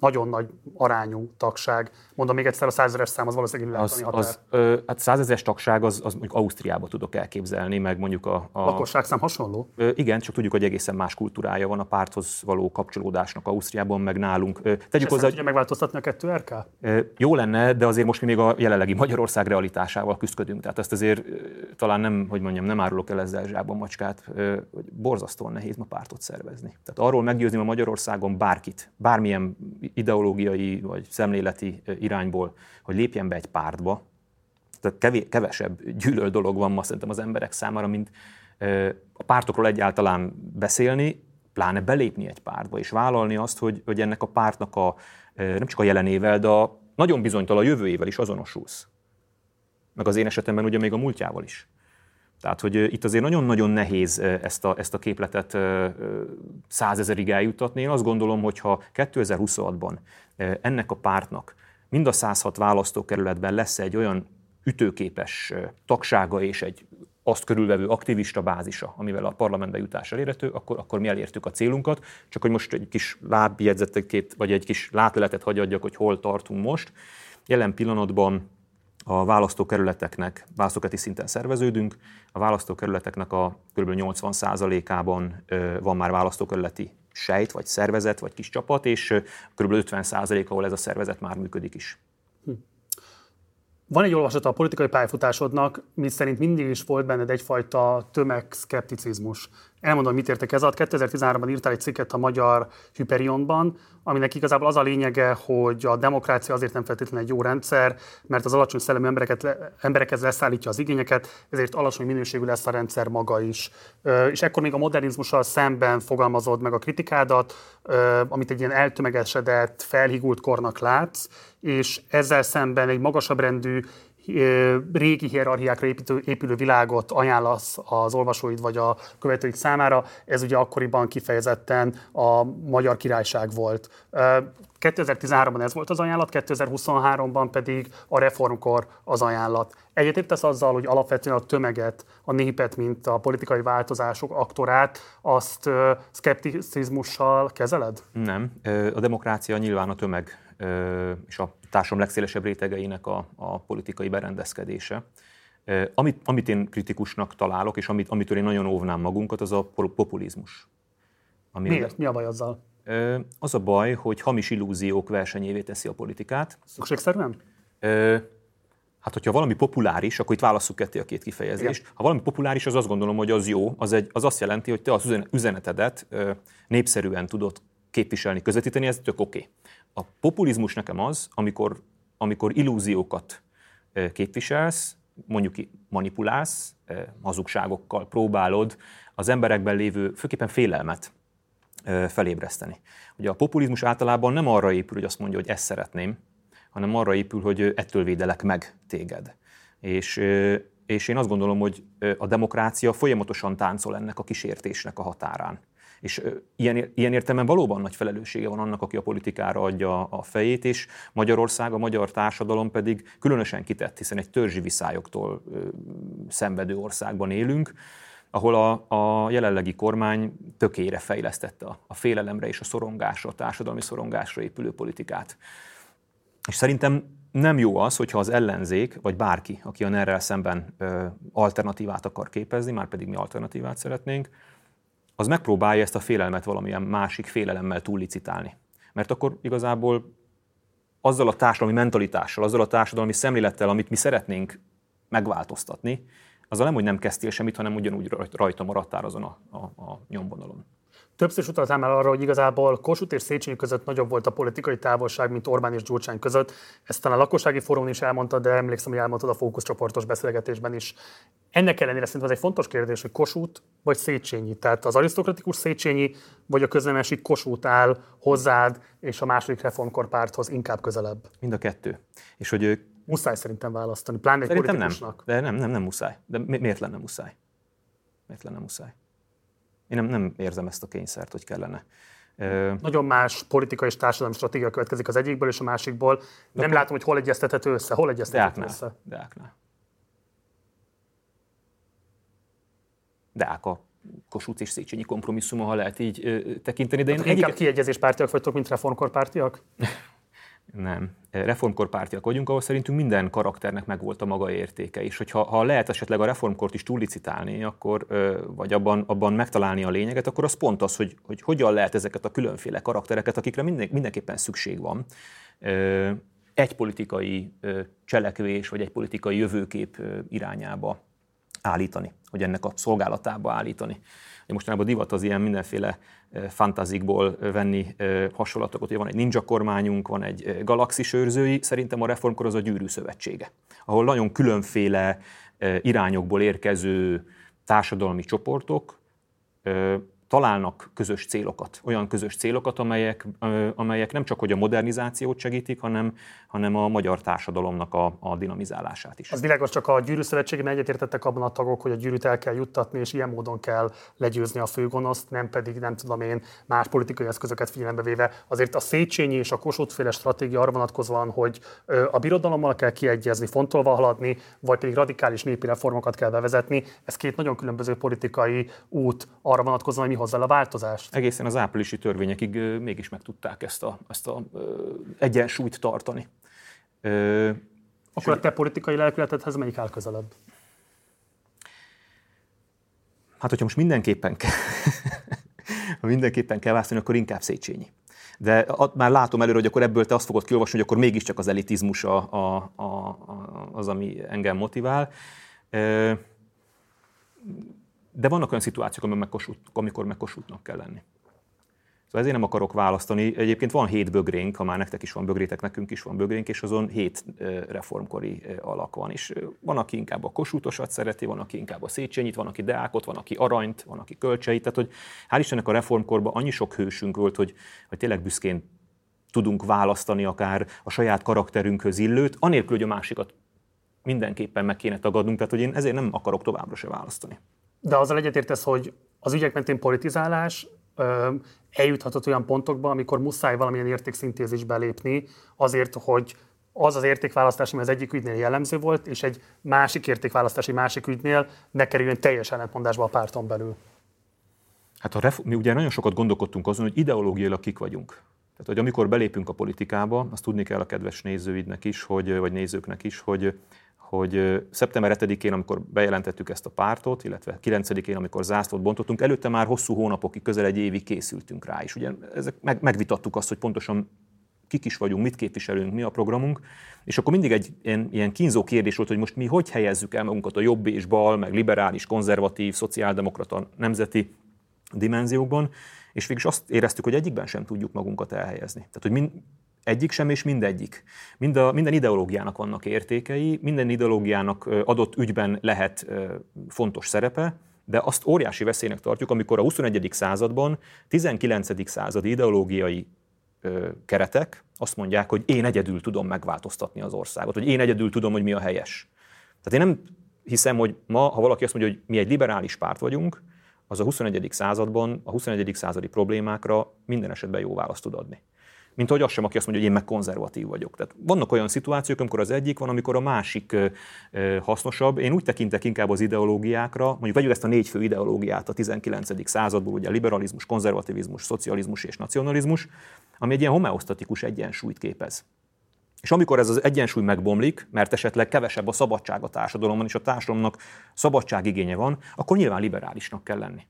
nagyon nagy arányú tagság. Mondom még egyszer, a 100 000-es szám az valószínűleg illátani határ. Hát 100 000-es tagság az mondjuk Ausztriába tudok elképzelni, meg mondjuk a lakosságszám hasonló? Igen, csak tudjuk, hogy egészen más kultúrája van a párthoz való kapcsolódásnak Ausztriában, meg nálunk. Tegyük hozzá, tudja megváltoztatni a 2RK? Jó lenne, de azért most mi még a jelenlegi Magyarország realitásával küzdködünk. Tehát ezt azért talán nem árulok el ezzel zsában macskát, hogy borzasztóan nehéz ma pártot szervezni. Tehát arról meggyőzni a Magyarországon bárkit, bármilyen ideológiai vagy szemléleti irányból, hogy lépjen be egy pártba. Tehát kevesebb gyűlöl dolog van ma szerintem az emberek számára, mint a pártokról egyáltalán beszélni, pláne belépni egy pártba, és vállalni azt, hogy ennek a pártnak nem csak a jelenével, de a nagyon bizonytalan jövőjével is azonosulsz. Meg az én esetemben ugye még a múltjával is. Tehát, hogy itt azért nagyon-nagyon nehéz ezt a képletet 100 000-ig eljuttatni. Én azt gondolom, hogy ha 2026-ban ennek a pártnak mind a 106 választókerületben lesz egy olyan ütőképes tagsága és egy azt körülvevő aktivista bázisa, amivel a parlamentbe jutás elérhető, akkor mi elértük a célunkat. Csak hogy most egy kis lábjegyzeteket, vagy egy kis látleletet hagyjak, hogy hol tartunk most. Jelen pillanatban a választókerületi szinten szerveződünk. A választókerületeknek a kb. 80%-ában van már választókerületi sejt, vagy szervezet, vagy kis csapat, és kb. 50%, ahol ez a szervezet már működik is. Van egy olvasata a politikai pályafutásodnak, mi szerint mindig is volt benned egyfajta tömegszkepticizmus. Elmondom, mit értek ez alatt. 2013-ban írtál egy cikket a Magyar Hyperionban, aminek igazából az a lényege, hogy a demokrácia azért nem feltétlenül egy jó rendszer, mert az alacsony szellemű emberekhez leszállítja az igényeket, ezért alacsony minőségű lesz a rendszer maga is. És ekkor még a modernizmussal szemben fogalmazod meg a kritikádat, amit egy ilyen eltömegesedett, felhigult kornak látsz, és ezzel szemben egy magasabb rendű, régi hierarchiákra épülő világot ajánlasz az olvasóid vagy a követőid számára. Ez ugye akkoriban kifejezetten a Magyar Királyság volt. 2013-ban ez volt az ajánlat, 2023-ban pedig a reformkor az ajánlat. Egyetértesz azzal, hogy alapvetően a tömeget, a népet, mint a politikai változások aktorát, azt szkepticizmussal kezeled? Nem. A demokrácia nyilván a tömeg és a társadalom legszélesebb rétegeinek a politikai berendezkedése. Amit én kritikusnak találok, és amitől én nagyon óvnám magunkat, az a populizmus. Miért? Mi a baj azzal? Az a baj, hogy hamis illúziók versenyévé teszi a politikát. Szükségszerűen? Hát, hogyha valami populáris, akkor itt válasszuk ketté a két kifejezést. Igen. Ha valami populáris, az azt gondolom, hogy az jó, az azt jelenti, hogy te az üzenetedet népszerűen tudod képviselni, közvetíteni, ez tök oké. A populizmus nekem az, amikor illúziókat képviselsz, mondjuk manipulálsz, hazugságokkal próbálod az emberekben lévő, főképpen félelmet felébreszteni. Ugye a populizmus általában nem arra épül, hogy azt mondja, hogy ezt szeretném, hanem arra épül, hogy ettől védelek meg téged. És én azt gondolom, hogy a demokrácia folyamatosan táncol ennek a kísértésnek a határán. És ilyen értelemben valóban nagy felelőssége van annak, aki a politikára adja a fejét, és Magyarország, a magyar társadalom pedig különösen kitett, hiszen egy törzsi viszályoktól szenvedő országban élünk, ahol a jelenlegi kormány tökére fejlesztette a félelemre és a szorongásra, a társadalmi szorongásra épülő politikát. És szerintem nem jó az, hogyha az ellenzék, vagy bárki, aki a NER-rel szemben alternatívát akar képezni, már pedig mi alternatívát szeretnénk, az megpróbálja ezt a félelmet valamilyen másik félelemmel túllicitálni. Mert akkor igazából azzal a társadalmi mentalitással, azzal a társadalmi szemlélettel, amit mi szeretnénk megváltoztatni, azzal nem, hogy nem kezdtél semmit, hanem ugyanúgy rajta maradtál azon a nyomvonalon. Többször utaltál már arra, hogy igazából Kossuth és Széchenyi között nagyobb volt a politikai távolság, mint Orbán és Gyurcsány között. Ezt talán a lakossági fórumon is elmondtad, de emlékszem, hogy elmondtad a fókuszcsoportos beszélgetésben is. Ennek ellenére szerintem ez egy fontos kérdés, hogy Kossuth vagy Széchenyi. Tehát az arisztokratikus Széchenyi vagy a köznemesi Kossuth áll hozzád és a második reformkor párthoz inkább közelebb. Mind a kettő. És hogy muszáj szerintem választani, pláne egy szerintem politikusnak. Nem muszáj. De miért lenne muszáj? Miért lenne muszáj? Én nem érzem ezt a kényszert, hogy kellene. Nagyon más politikai és társadalmi stratégia következik az egyikből és a másikból. Nem látom, hogy hol egyeztethető össze. Hol egyeztethető össze? Deáka Kossuth és Széchenyi kompromisszuma, ha lehet így tekinteni. De én inkább kiegyezéspártiak vagytok, mint reformkorpártiak? Nem. Reformkorpártiak vagyunk, ahol szerintünk minden karakternek megvolt a maga értéke. És ha lehet esetleg a reformkort is túllicitálni, akkor, vagy abban megtalálni a lényeget, akkor az pont az, hogy hogyan lehet ezeket a különféle karaktereket, akikre mindenképpen szükség van, egy politikai cselekvés, vagy egy politikai jövőkép irányába állítani, hogy ennek a szolgálatába állítani. Mostanában divat az ilyen mindenféle fantazikból venni hasonlatokat, hogy van egy ninja kormányunk, van egy galaxis őrzői, szerintem a reformkor az a Gyűrű Szövetsége, ahol nagyon különféle irányokból érkező társadalmi csoportok találnak közös célokat, olyan közös célokat, amelyek nem csak hogy a modernizációt segítik, hanem a magyar társadalomnak a dinamizálását is. Az világos, csak a Gyűrű Szövetségben egyetértettek abban a tagok, hogy a gyűrűt el kell juttatni, és ilyen módon kell legyőzni a főgonoszt, nem pedig, nem tudom én, más politikai eszközöket figyelembe véve. Azért a Széchenyi és a Kossuth-féle stratégia arra vonatkozóan, hogy a birodalommal kell kiegyezni, fontolva haladni, vagy pedig radikális népi reformokat kell bevezetni. Ez két nagyon különböző politikai út arra vonatkozóan, hogy mi hozzá a változást. Egészen az áprilisi törvényekig mégis meg tudták ezt a egyensúlyt tartani. Akkor a te politikai lelkületedhez melyik áll közelebb? Hát, hogyha most mindenképpen kell választani, akkor inkább Széchenyi. De már látom előre, hogy akkor ebből te azt fogod kiolvasni, hogy akkor mégiscsak az elitizmus az, ami engem motivál. De vannak olyan szituációk, amikor meg Kossuthnak kell lenni. Szóval ezért nem akarok választani. Egyébként van 7 bögrénk, ha már nektek is van bögrétek, nekünk is van bögrénk, és azon 7 reformkori alak van. És van, aki inkább a Kossuthosat szereti, van, aki inkább a Széchenyit, van, aki Deákot, van, aki Aranyt, van, aki Kölcseit. Tehát, hogy hál' Istennek a reformkorban annyi sok hősünk volt, hogy tényleg büszkén tudunk választani akár a saját karakterünkhöz illőt, anélkül, hogy a másikat mindenképpen meg kéne tagadnunk. Tehát, hogy én ezért nem akarok továbbra se választani. De azzal egyetértesz, hogy az ügyek mentén politizálás eljuthatott olyan pontokba, amikor muszáj valamilyen értékszintézisbe lépni, azért, hogy az az értékválasztás, ami az egyik ügynél jellemző volt, és egy másik értékválasztási másik ügynél ne kerüljön teljes ellentmondásba a párton belül. Hát mi ugye nagyon sokat gondolkodtunk azon, hogy ideológiailag kik vagyunk. Tehát, hogy amikor belépünk a politikába, azt tudni kell a kedves nézőidnek is, vagy nézőknek is, hogy szeptember 7-én, amikor bejelentettük ezt a pártot, illetve 9-én, amikor zászlót bontottunk, előtte már hosszú hónapokig, közel egy évig készültünk rá is. Ugye megvitattuk azt, hogy pontosan kik is vagyunk, mit képviselünk, mi a programunk, és akkor mindig egy ilyen kínzó kérdés volt, hogy most mi hogy helyezzük el magunkat a jobb és bal, meg liberális, konzervatív, szociáldemokrata, nemzeti dimenziókban, és végülis azt éreztük, hogy egyikben sem tudjuk magunkat elhelyezni. Tehát, hogy egyik sem és mindegyik. Minden ideológiának vannak értékei, minden ideológiának adott ügyben lehet fontos szerepe, de azt óriási veszélynek tartjuk, amikor a 21. században 19. századi ideológiai keretek azt mondják, hogy én egyedül tudom megváltoztatni az országot, hogy én egyedül tudom, hogy mi a helyes. Tehát én nem hiszem, hogy ma, ha valaki azt mondja, hogy mi egy liberális párt vagyunk, az a 21. században a 21. századi problémákra minden esetben jó választ tud adni. Mint ahogy az sem, aki azt mondja, hogy én meg konzervatív vagyok. Tehát vannak olyan szituációk, amikor az egyik van, amikor a másik hasznosabb. Én úgy tekintek inkább az ideológiákra, mondjuk vegyük ezt a 4 fő ideológiát a 19. századból, ugye liberalizmus, konzervativizmus, szocializmus és nacionalizmus, ami egy ilyen homeosztatikus egyensúlyt képez. És amikor ez az egyensúly megbomlik, mert esetleg kevesebb a szabadság a társadalomban, és a társadalomnak szabadságigénye van, akkor nyilván liberálisnak kell lenni.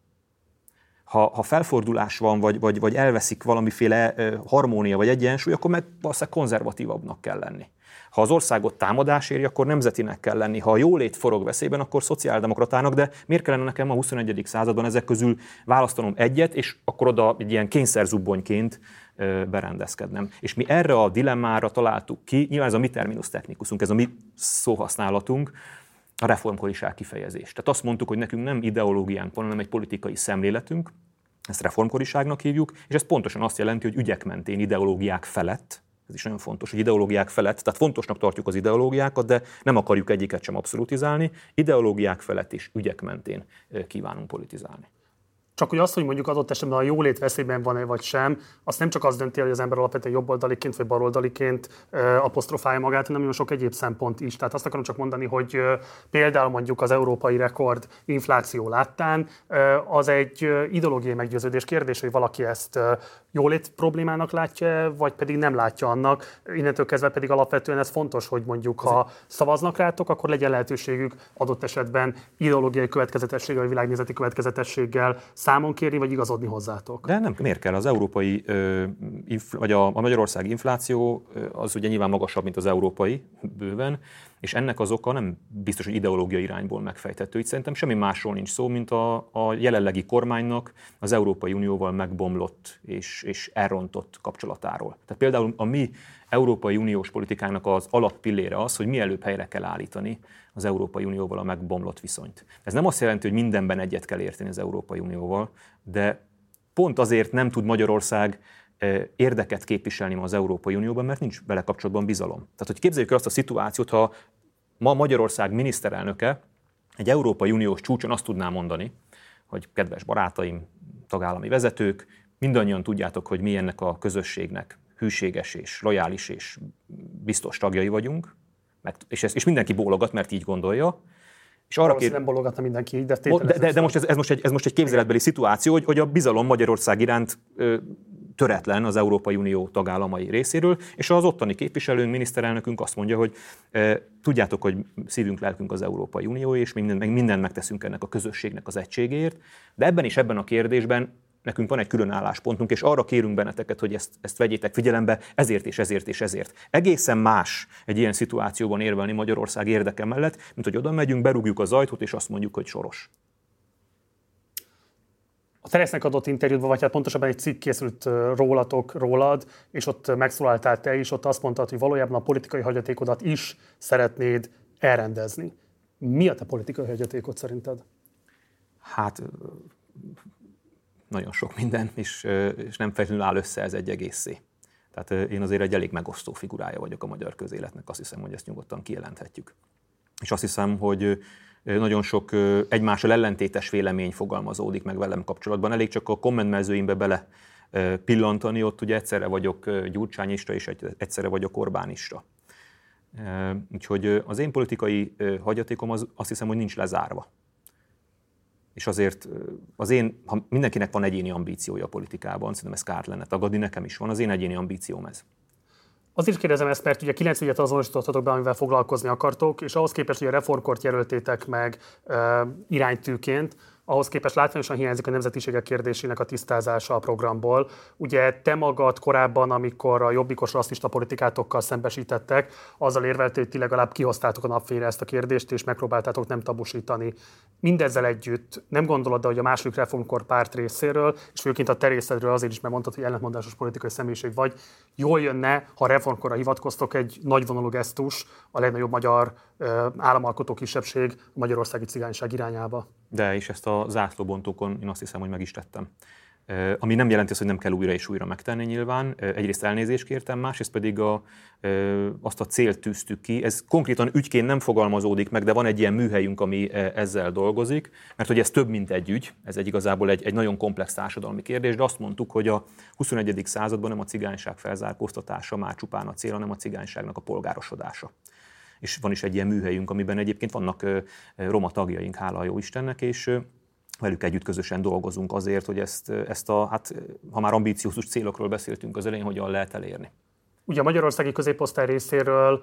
Ha felfordulás van, vagy elveszik valamiféle harmónia vagy egyensúly, akkor meg valószínűleg konzervatívabbnak kell lenni. Ha az országot támadás éri, akkor nemzetinek kell lenni. Ha a jólét forog veszélyben, akkor szociáldemokratának, de miért kellene nekem a 21. században ezek közül választanom egyet, és akkor oda egy ilyen kényszerzubbonyként berendezkednem. És mi erre a dilemmára találtuk ki, nyilván ez a mi terminus technicusunk, ez a mi szóhasználatunk, a reformkoriság kifejezés. Tehát azt mondtuk, hogy nekünk nem ideológiánk van, hanem egy politikai szemléletünk, ezt reformkoriságnak hívjuk, és ez pontosan azt jelenti, hogy ügyek mentén ideológiák felett, ez is nagyon fontos, hogy ideológiák felett, tehát fontosnak tartjuk az ideológiákat, de nem akarjuk egyiket sem abszolutizálni, ideológiák felett és ügyek mentén kívánunk politizálni. Csak hogy azt, hogy mondjuk adott esetben a jólét veszélyben van-e vagy sem, azt nem csak az dönti, hogy az ember alapvetően jobboldaliként vagy baloldaliként apostrofálja magát, hanem nagyon sok egyéb szempont is. Tehát azt akarom csak mondani, hogy például mondjuk az európai rekord infláció láttán az egy ideológiai meggyőződés kérdés, hogy valaki ezt jólét problémának látja, vagy pedig nem látja annak. Innentől kezdve pedig alapvetően ez fontos, hogy mondjuk ha szavaznak rátok, akkor legyen lehetőségük adott esetben ideológiai következetességgel, vagy világnézeti következetességgel számon kérni, vagy igazodni hozzátok. De nem, miért kell? Az európai, vagy a magyarországi infláció az ugye nyilván magasabb, mint az európai bőven, és ennek az oka nem biztos, hogy ideológiai irányból megfejthető. Itt szerintem semmi másról nincs szó, mint a jelenlegi kormánynak az Európai Unióval megbomlott és elrontott kapcsolatáról. Tehát például a mi Európai Uniós politikának az alappillére az, hogy mielőbb helyre kell állítani az Európai Unióval a megbomlott viszonyt. Ez nem azt jelenti, hogy mindenben egyet kell érteni az Európai Unióval, de pont azért nem tud Magyarország érdeket képviselni ma az Európai Unióban, mert nincs vele kapcsolatban bizalom. Tehát, hogy képzeljük el azt a szituációt, ha ma Magyarország miniszterelnöke egy Európai Uniós csúcson azt tudná mondani, hogy kedves barátaim, tagállami vezetők, mindannyian tudjátok, hogy mi ennek a közösségnek hűséges és lojális és biztos tagjai vagyunk, és mindenki bólogat, mert így gondolja. És arra nem bologatna mindenki így, de most ez most egy képzeletbeli szituáció, hogy a bizalom Magyarország iránt töretlen az Európai Unió tagállamai részéről, és az ottani képviselőnk, miniszterelnökünk azt mondja, hogy tudjátok, hogy szívünk, lelkünk az Európai Unió, és mindent megteszünk ennek a közösségnek az egységéért, de ebben a kérdésben nekünk van egy külön álláspontunk, és arra kérünk benneteket, hogy ezt vegyétek figyelembe, ezért és ezért és ezért. Egészen más egy ilyen szituációban érvelni Magyarország érdeke mellett, mint hogy oda megyünk, berúgjuk az ajtót, és azt mondjuk, hogy soros. A Telexnek adott interjúban, vagy hát pontosabban egy cikk készült rólad, és ott megszólaltál te is, ott azt mondtad, hogy valójában a politikai hagyatékodat is szeretnéd elrendezni. Mi a te politikai hagyatékod szerinted? Hát nagyon sok minden, és nem feltétlenül áll össze ez egy egészé. Tehát én azért egy elég megosztó figurája vagyok a magyar közéletnek, azt hiszem, hogy ezt nyugodtan kijelenthetjük. És azt hiszem, hogy nagyon sok egymással ellentétes vélemény fogalmazódik meg velem kapcsolatban. Elég csak a kommentmezőimbe bele pillantani, ott ugye egyszerre vagyok gyurcsányista és egyszerre vagyok Orbánista. Úgyhogy az én politikai hagyatékom azt hiszem, hogy nincs lezárva. És azért ha mindenkinek van egyéni ambíciója a politikában, szerintem ez kárt lenne tagadni, nekem is van, az én egyéni ambícióm ez. Azért kérdezem ezt, mert ugye 9 ügyet azonosítottatok be, amivel foglalkozni akartok, és ahhoz képest, hogy a reformkort jelöltétek meg iránytűként, ahhoz képest látványosan hiányzik a nemzetiségek kérdésének a tisztázása a programból. Ugye te magad korábban, amikor a jobbikos rasszista politikátokkal szembesítettek, azzal érveltél, hogy ti legalább kihoztátok a napfényre ezt a kérdést, és megpróbáltátok nem tabusítani. Mindezzel együtt nem gondolod, de hogy a második reformkor párt részéről, és főként a te részedről azért is, mert mondtad, hogy ellentmondásos politikai személyiség vagy, jól jönne, ha reformkorra hivatkoztok egy nagyvonalú gesztus, a legnagyobb magyar államalkotó kisebbség a magyarországi cigányság irányába. De és ezt a zászlóbontókon én azt hiszem, hogy meg is tettem. Ami nem jelenti azt, hogy nem kell újra és újra megtenni nyilván. Egyrészt elnézést kértem, másrészt pedig azt a célt tűztük ki. Ez konkrétan ügyként nem fogalmazódik meg, de van egy ilyen műhelyünk, ami ezzel dolgozik, mert hogy ez több, mint egy ügy, ez igazából egy nagyon komplex társadalmi kérdés, de azt mondtuk, hogy a 21. században nem a cigányság felzárkóztatása már csupán a cél, hanem a cigányságnak a polgárosodása. És van is egy ilyen műhelyünk, amiben egyébként vannak roma tagjaink, hála a jó Istennek, és velük együtt közösen dolgozunk azért, hogy ezt ha már ambíciózus célokról beszéltünk az elején, hogyan lehet elérni. Ugye a magyarországi középosztály részéről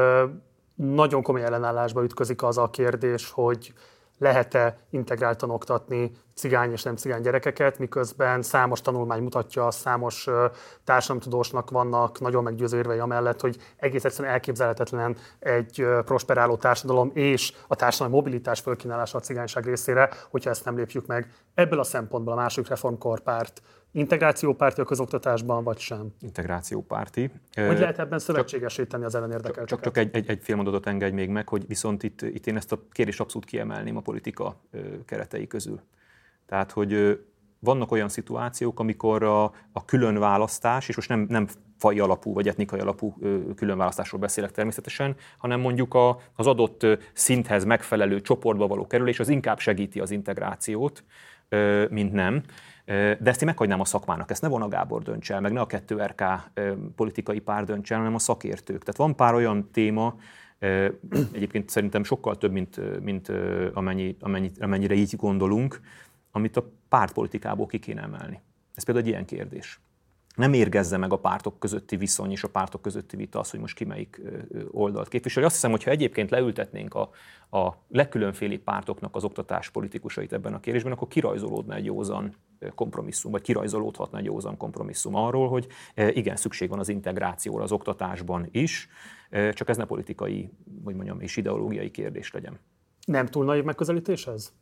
nagyon komoly ellenállásba ütközik az a kérdés, hogy lehet-e integráltan oktatni cigány és nem cigány gyerekeket, miközben számos tanulmány mutatja, számos társadalomtudósnak vannak nagyon meggyőző érvei amellett, hogy egész egyszerűen elképzelhetetlen egy prosperáló társadalom és a társadalmi mobilitás fölkínálása a cigányság részére, hogyha ezt nem lépjük meg. Ebből a szempontból a második reformkorpárt integrációpárti a közoktatásban, vagy sem? Integrációpárti. Hogy lehet ebben szövetségesíteni az ellenérdekelteket? Csak egy fél mondatot engedj még meg, hogy viszont itt én ezt a kérdést abszolút kiemelném a politika keretei közül. Tehát, hogy vannak olyan szituációk, amikor a külön választás, és most nem fai alapú vagy etnikai alapú különválasztásról beszélek természetesen, hanem mondjuk az adott szinthez megfelelő csoportba való kerülés az inkább segíti az integrációt, mint nem. De ezt én meghagynám a szakmának, ezt ne Vona Gábor dönts el, meg ne a 2RK politikai pár dönts el, hanem a szakértők. Tehát van pár olyan téma, egyébként szerintem sokkal több, mint amennyire így gondolunk, amit a pártpolitikából ki kéne emelni. Ez például egy ilyen kérdés. Nem érgezze meg a pártok közötti viszony és a pártok közötti vita az, hogy most ki melyik oldalt képviseli. Azt hiszem, hogy ha egyébként leültetnénk a legkülönfélébb pártoknak az oktatás politikusait ebben a kérdésben, akkor kirajzolódna egy józan kompromisszum, vagy kirajzolódhatna egy józan kompromisszum arról, hogy igen, szükség van az integrációra az oktatásban is, csak ez ne politikai, hogy mondjam, és ideológiai kérdés legyen. Nem túl naív megközelítés ez?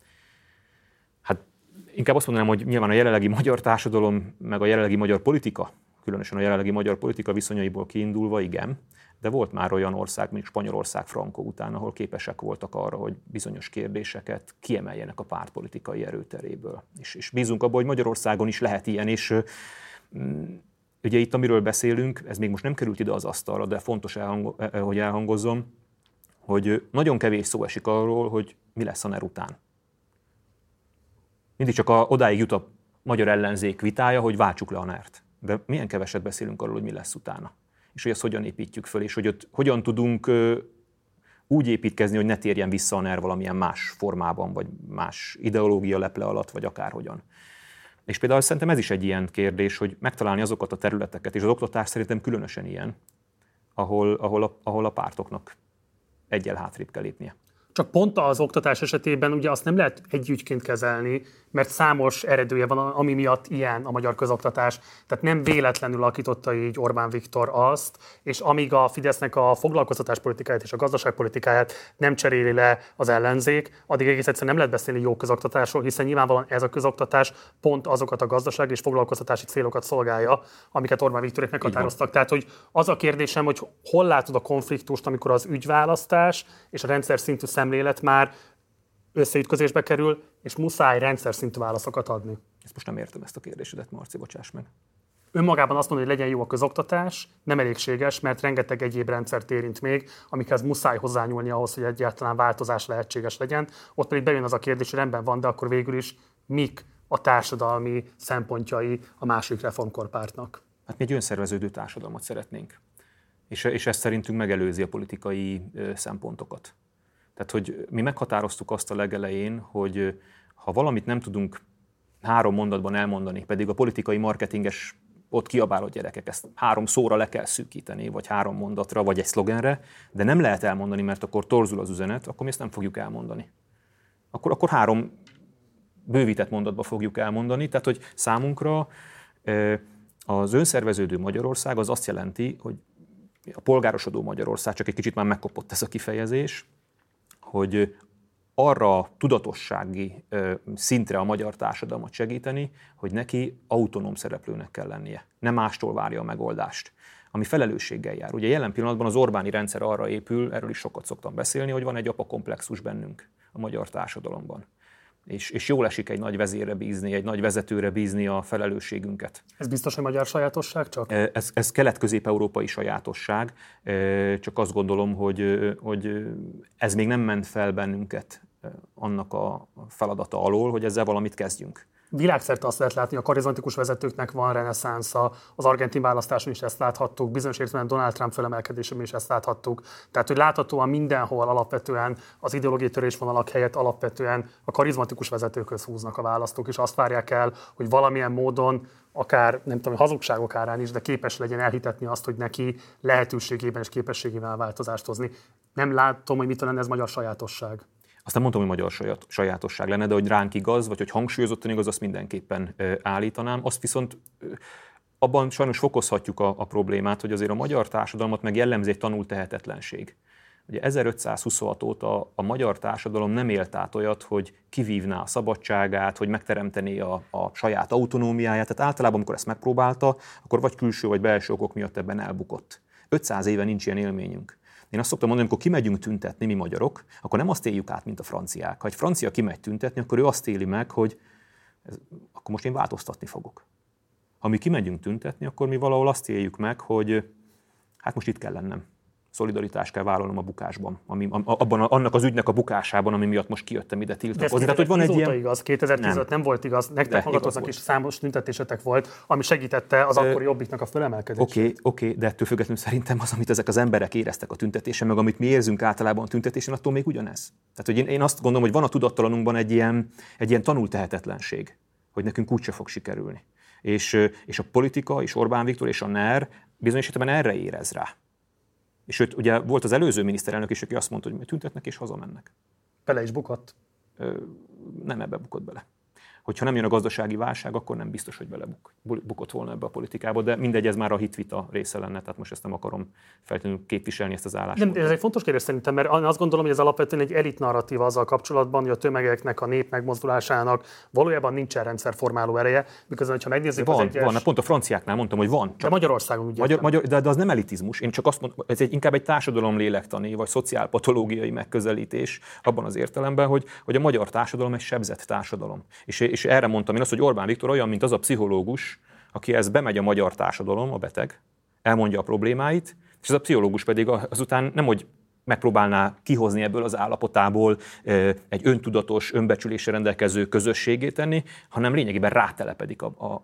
Hát inkább azt mondanám, hogy nyilván a jelenlegi magyar társadalom, meg a jelenlegi magyar politika, különösen a jelenlegi magyar politika viszonyaiból kiindulva, igen, de volt már olyan ország, mint Spanyolország Franco után, ahol képesek voltak arra, hogy bizonyos kérdéseket kiemeljenek a pártpolitikai erőteréből. És bízunk abban, hogy Magyarországon is lehet ilyen, és ugye itt, amiről beszélünk, ez még most nem került ide az asztalra, de fontos, hogy elhangozzon, hogy nagyon kevés szó esik arról, hogy mi lesz a NER után. Mindig csak odáig jut a magyar ellenzék vitája, hogy váltsuk le a NER-t. De milyen keveset beszélünk arról, hogy mi lesz utána. És hogy ezt hogyan építjük föl, és hogy ott hogyan tudunk úgy építkezni, hogy ne térjen vissza a NER valamilyen más formában, vagy más ideológia leple alatt, vagy akárhogyan. És például szerintem ez is egy ilyen kérdés, hogy megtalálni azokat a területeket, és az oktatás szerintem különösen ilyen, ahol a pártoknak egyel hátrébb kell lépnie. Csak pont az oktatás esetében ugye azt nem lehet egy ügyként kezelni, mert számos eredője van, ami miatt ilyen a magyar közoktatás. Tehát nem véletlenül alakította így Orbán Viktor azt, és amíg a Fidesznek a foglalkoztatáspolitikáját és a gazdaságpolitikáját nem cseréli le az ellenzék, addig egész egyszerűen nem lehet beszélni jó közoktatásról, hiszen nyilvánvalóan ez a közoktatás pont azokat a gazdasági és foglalkoztatási célokat szolgálja, amiket Orbán Viktorék meghatároztak. Tehát, hogy az a kérdésem, hogy hol látod a konfliktust, amikor az ügyválasztás és a rendszer szintű szemlélet már összeütközésbe kerül, és muszáj rendszer szintű válaszokat adni. Ezt most nem értem, ezt a kérdésedet, Marci, bocsáss meg. Önmagában azt mondja, hogy legyen jó a közoktatás, nem elégséges, mert rengeteg egyéb rendszert érint még, amikhez muszáj hozzányúlni ahhoz, hogy egyáltalán változás lehetséges legyen. Ott pedig bejön az a kérdés, hogy rendben van, de akkor végül is mik a társadalmi szempontjai a második reformkorpártnak? Hát mi egy önszerveződő társadalmat szeretnénk. És ez szerintünk megelőzi a politikai szempontokat. Tehát, hogy mi meghatároztuk azt a legelején, hogy ha valamit nem tudunk 3 mondatban elmondani, pedig a politikai marketinges ott kiabáló gyerekek, ezt 3 szóra le kell szűkíteni, vagy 3 mondatra, vagy egy szlogenre, de nem lehet elmondani, mert akkor torzul az üzenet, akkor mi ezt nem fogjuk elmondani. Akkor 3 bővített mondatba fogjuk elmondani, tehát, hogy számunkra az önszerveződő Magyarország az azt jelenti, hogy a polgárosodó Magyarország, csak egy kicsit már megkopott ez a kifejezés, hogy arra tudatossági szintre a magyar társadalmat segíteni, hogy neki autonóm szereplőnek kell lennie. Nem mástól várja a megoldást, ami felelősséggel jár. Ugye jelen pillanatban az Orbáni rendszer arra épül, erről is sokat szoktam beszélni, hogy van egy apakomplexus bennünk a magyar társadalomban. És jól esik egy nagy vezérre bízni, egy nagy vezetőre bízni a felelősségünket. Ez biztos, hogy magyar sajátosság csak? Ez kelet-közép-európai sajátosság, csak azt gondolom, hogy ez még nem ment fel bennünket annak a feladata alól, hogy ezzel valamit kezdjünk. Világszerte azt lehet látni, a karizmatikus vezetőknek van reneszánsza, az argentin választáson is ezt láthattuk, bizonyos értelemben Donald Trump felemelkedésében is ezt láthattuk. Tehát, hogy láthatóan mindenhol alapvetően az ideológiai törésvonalak helyett alapvetően a karizmatikus vezetőkhöz húznak a választók, és azt várják el, hogy valamilyen módon, akár nem tudom, hazugságok árán is, de képes legyen elhitetni azt, hogy neki lehetőségében és képességével változást hozni. Nem látom, hogy mit lenne ez magyar sajátosság. Azt nem mondtam, hogy magyar sajátosság lenne, de hogy ránk igaz, vagy hogy hangsúlyozottan igaz, azt mindenképpen állítanám. Azt viszont abban sajnos fokozhatjuk a problémát, hogy azért a magyar társadalmat meg jellemzi egy tanult tehetetlenség. Ugye 1526 óta a magyar társadalom nem élt át olyat, hogy kivívná a szabadságát, hogy megteremtené a saját autonómiáját. Tehát általában, amikor ezt megpróbálta, akkor vagy külső vagy belső okok miatt ebben elbukott. 500 éve nincs ilyen élményünk. Én azt szoktam mondani, amikor kimegyünk tüntetni, mi magyarok, akkor nem azt éljük át, mint a franciák. Ha egy francia kimegy tüntetni, akkor ő azt éli meg, hogy akkor most én változtatni fogok. Ha mi kimegyünk tüntetni, akkor mi valahol azt éljük meg, hogy hát most itt kell lennem. Szolidaritást kell vállalnom a bukásban, annak az ügynek a bukásában, ami miatt most kijöttem ide tiltakozni. Tehát, hogy van egy ilyen... igaz, 2015 nem volt igaz, nektek magatoknak is számos tüntetésetek volt, ami segítette az akkori Jobbiknak a fölemelkedését. Oké, de ettől függetlenül szerintem az, amit ezek az emberek éreztek a tüntetésen, meg amit mi érzünk általában a tüntetésen, attól még ugyanez. Tehát, hogy én azt gondolom, hogy van a tudattalanunkban egy ilyen tanult tehetetlenség, hogy nekünk úgyse fog sikerülni. És a politika, és Orbán Viktor, és a NER bizonyos esetben erre érez rá. És őt, ugye volt az előző miniszterelnök is, aki azt mondta, hogy tüntetnek és hazamennek. Bele is bukott? Nem ebbe bukott bele. Hogyha nem jön a gazdasági válság, akkor nem biztos, hogy belebukott volna ebbe a politikába, de mindegy, ez már a hitvita része lenne, tehát most ezt nem akarom feltétlenül képviselni, ezt az álláspontot. Ez egy fontos kérdés szerintem, mert azt gondolom, hogy ez alapvetően egy elit narratíva azzal kapcsolatban, hogy a tömegeknek, a nép megmozdulásának valójában nincsen rendszerformáló ereje, miközben, ha megnézzük van, pont a franciáknál mondtam, hogy van. De Magyarországon ugye. De az nem elitizmus, én csak azt mondom, ez inkább egy társadalomlélektani vagy szociálpatológiai megközelítés abban az értelemben, hogy a magyar társadalom egy sebzett társadalom. És erre mondtam én azt, hogy Orbán Viktor olyan, mint az a pszichológus, aki ez bemegy a magyar társadalom, a beteg, elmondja a problémáit, és ez a pszichológus pedig azután nem, hogy megpróbálná kihozni ebből az állapotából egy öntudatos, önbecsülésre rendelkező közösségét tenni, hanem lényegében rátelepedik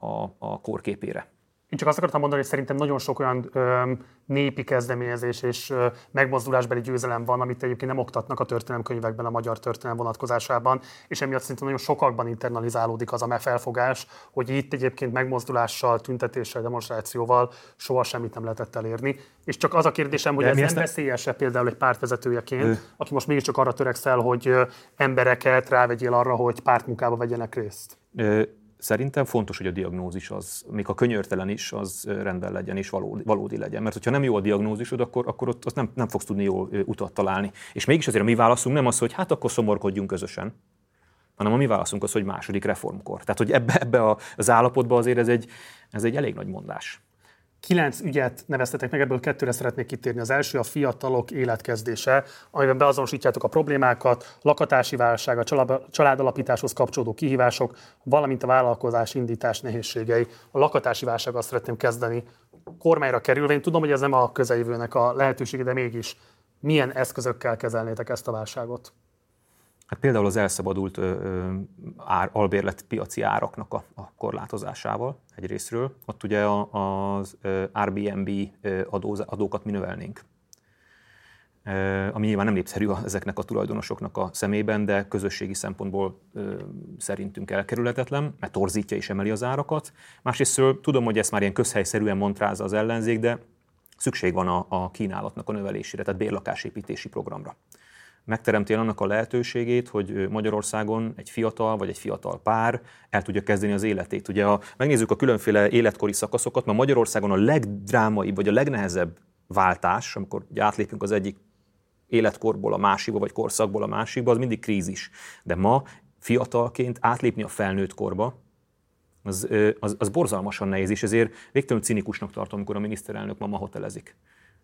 a kórképére. Én csak azt akartam mondani, hogy szerintem nagyon sok olyan népi kezdeményezés és megmozdulásbeli győzelem van, amit egyébként nem oktatnak a történelemkönyvekben a magyar történelem vonatkozásában, és emiatt szerintem nagyon sokakban internalizálódik az a felfogás, hogy itt egyébként megmozdulással, tüntetéssel, demonstrációval soha semmit nem lehetett elérni. És csak az a kérdésem, hogy ez nem veszélyes-e például egy pártvezetőjeként, aki most mégiscsak arra törekszel, hogy embereket rávegyél arra, hogy pártmunkába vegyenek részt? Szerintem fontos, hogy a diagnózis az, még a könyörtelen is, az rendben legyen és valódi legyen. Mert hogyha nem jó a diagnózisod, akkor ott nem fogsz tudni jó utat találni. És mégis azért a mi válaszunk nem az, hogy hát akkor szomorkodjunk közösen, hanem a mi válaszunk az, hogy második reformkor. Tehát, hogy ebbe az állapotban azért ez egy elég nagy mondás. 9 ügyet neveztetek meg, ebből 2-re szeretnék kitérni. Az első a fiatalok életkezdése, amiben beazonosítjátok a problémákat, lakhatási válság, a családalapításhoz kapcsolódó kihívások, valamint a vállalkozás indítás nehézségei. A lakhatási válsággal szeretném kezdeni. Kormányra kerülve, én tudom, hogy ez nem a közeljövőnek a lehetősége, de mégis milyen eszközökkel kezelnétek ezt a válságot? Hát például az elszabadult albérlet piaci áraknak a korlátozásával egyrésztről. Ott ugye az Airbnb adókat mi növelnénk. Ami nyilván nem népszerű ezeknek a tulajdonosoknak a szemében, de közösségi szempontból szerintünk elkerülhetetlen, mert torzítja és emeli az árakat. Másrésztről tudom, hogy ezt már ilyen közhelyszerűen montrázza az ellenzék, de szükség van a kínálatnak a növelésére, tehát bérlakásépítési programra. Megteremti annak a lehetőségét, hogy Magyarországon egy fiatal vagy egy fiatal pár el tudja kezdeni az életét. Ugye, ha megnézzük a különféle életkori szakaszokat, mert Magyarországon a legdrámaibb vagy a legnehezebb váltás, amikor átlépünk az egyik életkorból a másikba, vagy korszakból a másikba, az mindig krízis. De ma fiatalként átlépni a felnőtt korba, az borzalmasan nehéz, és ezért végtelenül cinikusnak tartom, amikor a miniszterelnök ma hotelezik.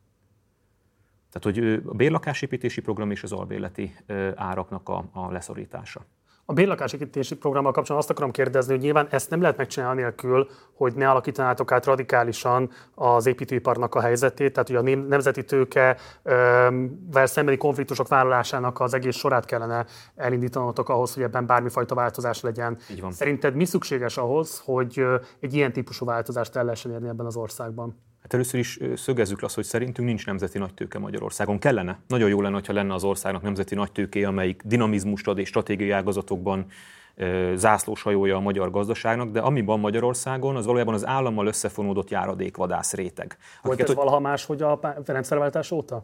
Tehát, hogy a bérlakásépítési program és az albérleti áraknak a leszorítása. A bérlakásépítési programmal kapcsolatban azt akarom kérdezni, hogy nyilván ezt nem lehet megcsinálni anélkül, hogy ne alakítanátok át radikálisan az építőiparnak a helyzetét, tehát hogy a nemzeti tőkevel szembeni konfliktusok vállalásának az egész sorát kellene elindítanotok ahhoz, hogy ebben bármifajta változás legyen. Szerinted mi szükséges ahhoz, hogy egy ilyen típusú változást el lehessen érni ebben az országban? Hát először is szögezzük azt, hogy szerintünk nincs nemzeti nagytőke Magyarországon. Kellene. Nagyon jó lenne, ha lenne az országnak nemzeti nagytőkéje, amelyik dinamizmust ad és stratégiai ágazatokban zászlóshajója a magyar gazdaságnak, de ami van Magyarországon, az valójában az állammal összefonódott járadékvadász réteg. Volt ez valaha máshogy a rendszerváltás óta?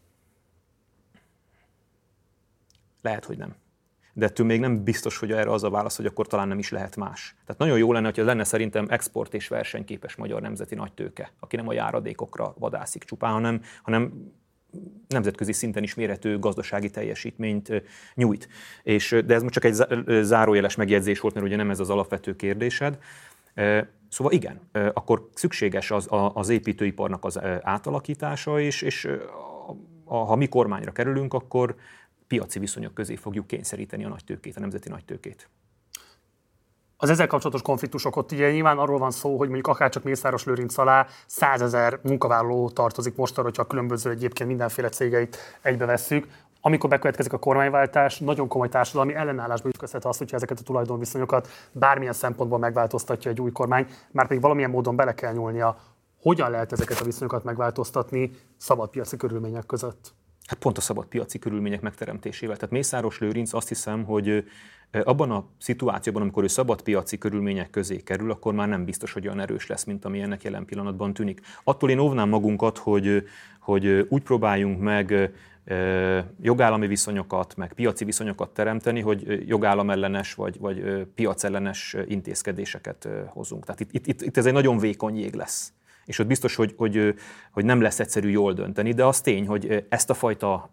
Lehet, hogy nem. De ettől még nem biztos, hogy erre az a válasz, hogy akkor talán nem is lehet más. Tehát nagyon jó lenne, hogyha lenne szerintem export és versenyképes magyar nemzeti nagytőke, aki nem a járadékokra vadászik csupán, hanem nemzetközi szinten is mérhető gazdasági teljesítményt nyújt. De ez most csak egy zárójeles megjegyzés volt, mert ugye nem ez az alapvető kérdésed. Szóval igen, akkor szükséges az építőiparnak az átalakítása, és ha mi kormányra kerülünk, akkor piaci viszonyok közé fogjuk kényszeríteni a nagytőkét, a nemzeti nagytőkét. Az ezzel kapcsolatos konfliktusok ott ugye nyilván arról van szó, hogy mondjuk akárcsak Mészáros Lőrinc alá 100 000 munkavállaló tartozik most arra, hogyha a különböző egyébként mindenféle cégeit egybevesszük. Amikor bekövetkezik a kormányváltás, nagyon komoly társadalmi ellenállásba ütközhet az, hogyha ezeket a tulajdonviszonyokat bármilyen szempontból megváltoztatja egy új kormány, márpedig valamilyen módon bele kell nyúlnia. Hogyan lehet ezeket a viszonyokat megváltoztatni szabadpiaci körülmények között? Hát pont a szabadpiaci körülmények megteremtésével. Tehát Mészáros Lőrinc, azt hiszem, hogy abban a szituációban, amikor ő szabadpiaci körülmények közé kerül, akkor már nem biztos, hogy olyan erős lesz, mint ami ennek jelen pillanatban tűnik. Attól én óvnám magunkat, hogy úgy próbáljunk meg jogállami viszonyokat, meg piaci viszonyokat teremteni, hogy jogállamellenes vagy piacellenes intézkedéseket hozunk. Tehát itt ez egy nagyon vékony jég lesz. És ott biztos, hogy nem lesz egyszerű jól dönteni, de az tény, hogy ezt a fajta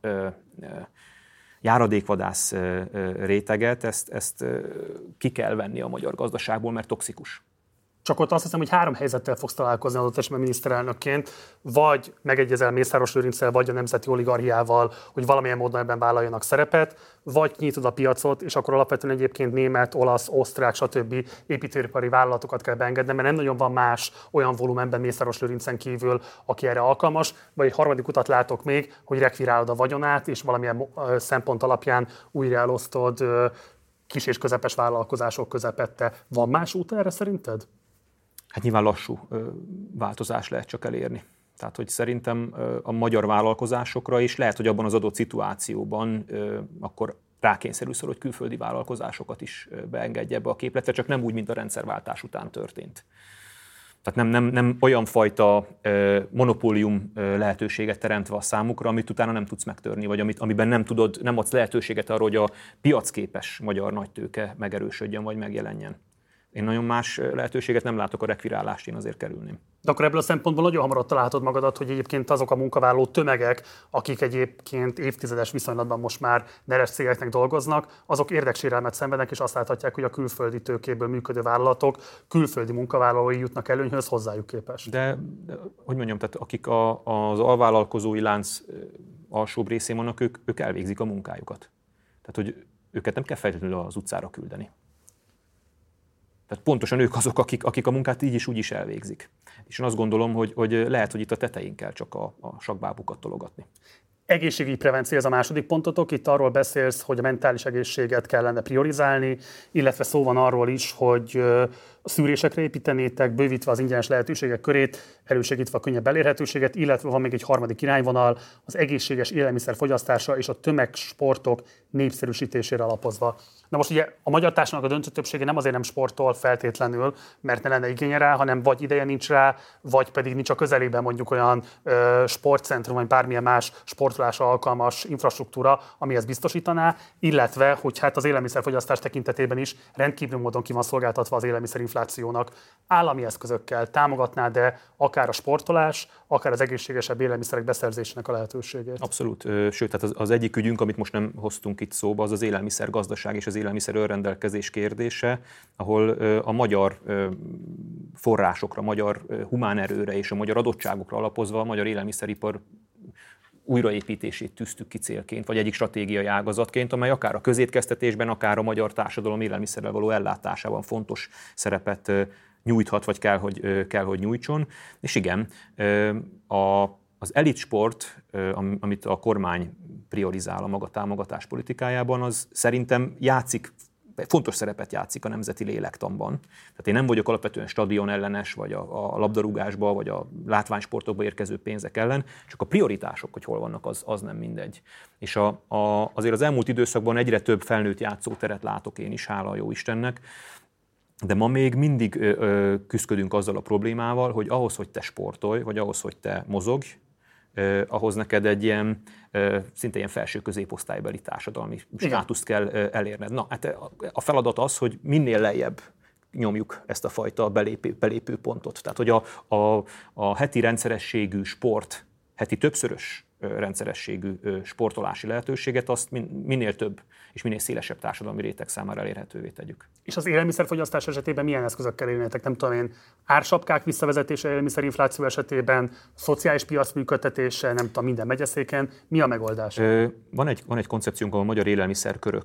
járadékvadász réteget, ezt ki kell venni a magyar gazdaságból, mert toxikus. Csak ott azt hiszem, hogy 3 helyzettel fogsz találkozni adott esetben miniszterelnökként, vagy megegyezel Mészáros Lőrinccel, vagy a nemzeti oligarchiával, hogy valamilyen módon ebben vállaljanak szerepet, vagy nyitod a piacot, és akkor alapvetően egyébként német, olasz, osztrák, stb. Építőipari vállalatokat kell beengedni, mert nem nagyon van más olyan volumenben Mészáros Lőrincen kívül, aki erre alkalmas, vagy egy harmadik utat látok még, hogy rekvirálod a vagyonát, és valamilyen szempont alapján újra elosztod kis és közepes vállalkozások közepette. Van más út erre szerinted? Hát nyilván lassú változás lehet csak elérni. Tehát, hogy szerintem a magyar vállalkozásokra is lehet, hogy abban az adott szituációban akkor rákényszerülsz, hogy külföldi vállalkozásokat is beengedje ebbe a képletre, csak nem úgy, mint a rendszerváltás után történt. Tehát nem olyan fajta monopólium lehetőséget teremtve a számukra, amit utána nem tudsz megtörni, vagy amiben nem adsz lehetőséget arra, hogy a piacképes magyar nagytőke megerősödjön, vagy megjelenjen. Én nagyon más lehetőséget nem látok, a rekvirálást én azért kerülném. De akkor ebből a szempontból nagyon hamar találhatod magadat, hogy egyébként azok a munkavállaló tömegek, akik egyébként évtizedes viszonylatban most már neres cégeknek dolgoznak, azok érdeksérelmet szenvednek, és azt láthatják, hogy a külföldi tőkéből működő vállalatok külföldi munkavállalói jutnak előnyhöz hozzájuk képest. De hogy mondjam, tehát akik az alvállalkozói lánc alsóbb részén vannak, ők elvégzik a munkájukat. Tehát, hogy őket nem kell feltétlenül az utcára küldeni. Tehát pontosan ők azok, akik a munkát így is úgy is elvégzik. És én azt gondolom, hogy lehet, hogy itt a tetején kell csak a sakkbábukat tologatni. Egészségügyi prevenció, ez a második pontotok. Itt arról beszélsz, hogy a mentális egészséget kellene priorizálni, illetve szó van arról is, hogy a szűrésekre építenétek, bővítve az ingyenes lehetőségek körét, elősegítve a könnyebb elérhetőséget, illetve van még egy harmadik irányvonal, az egészséges élelmiszer fogyasztása és a tömegsportok népszerűsítésére alapozva. Na most ugye a magyar társadalomnak a döntő többsége nem azért nem sportol feltétlenül, mert ne lenne igénye rá, hanem vagy ideje nincs rá, vagy pedig nincs a közelében mondjuk olyan sportcentrum, vagy bármilyen más sportolásra alkalmas infrastruktúra, ami ezt biztosítaná, illetve, hogy hát az élelmiszerfogyasztás tekintetében is rendkívül módon ki van szolgáltatva az élelmiszerinflációnak. Állami eszközökkel támogatná, de akár a sportolás, akár az egészségesebb élelmiszerek beszerzésének a lehetőségét. Abszolút. Sőt, tehát az egyik ügyünk, amit most nem hoztunk itt szóba, az élelmiszergazdaság és az élelmiszer önrendelkezés kérdése, ahol a magyar forrásokra, magyar humánerőre és a magyar adottságokra alapozva a magyar élelmiszeripar újraépítését tűztük ki célként, vagy egyik stratégiai ágazatként, amely akár a közétkeztetésben, akár a magyar társadalom élelmiszerrel való ellátásában fontos szerepet nyújthat, vagy kell, hogy nyújtson. És igen, az elitsport, amit a kormány priorizál a maga támogatás politikájában, az szerintem fontos szerepet játszik a nemzeti lélektanban. Tehát én nem vagyok alapvetően stadion ellenes, vagy a labdarúgásba, vagy a látványsportokba érkező pénzek ellen, csak a prioritások, hogy hol vannak, az nem mindegy. És azért az elmúlt időszakban egyre több felnőtt játszóteret látok én is, hála a jó Istennek, de ma még mindig küzdködünk azzal a problémával, hogy ahhoz, hogy te sportolj, vagy ahhoz, hogy te mozogj, ahhoz neked egy szinte ilyen felső középosztálybeli társadalmi státuszt kell elérned. Na, hát a feladat az, hogy minél lejjebb nyomjuk ezt a fajta belépő pontot. Tehát, hogy a heti rendszerességű sport, heti többszörös rendszerességű sportolási lehetőséget, azt minél több és minél szélesebb társadalmi réteg számára elérhetővé tegyük. És az élelmiszerfogyasztás esetében milyen eszközökkel élnétek? Nem tudom én, ársapkák visszavezetése élelmiszerinfláció esetében, szociális piac működtetése, nem tudom, minden megyeszéken. Mi a megoldás? Van egy koncepciónk, a magyar élelmiszerkörök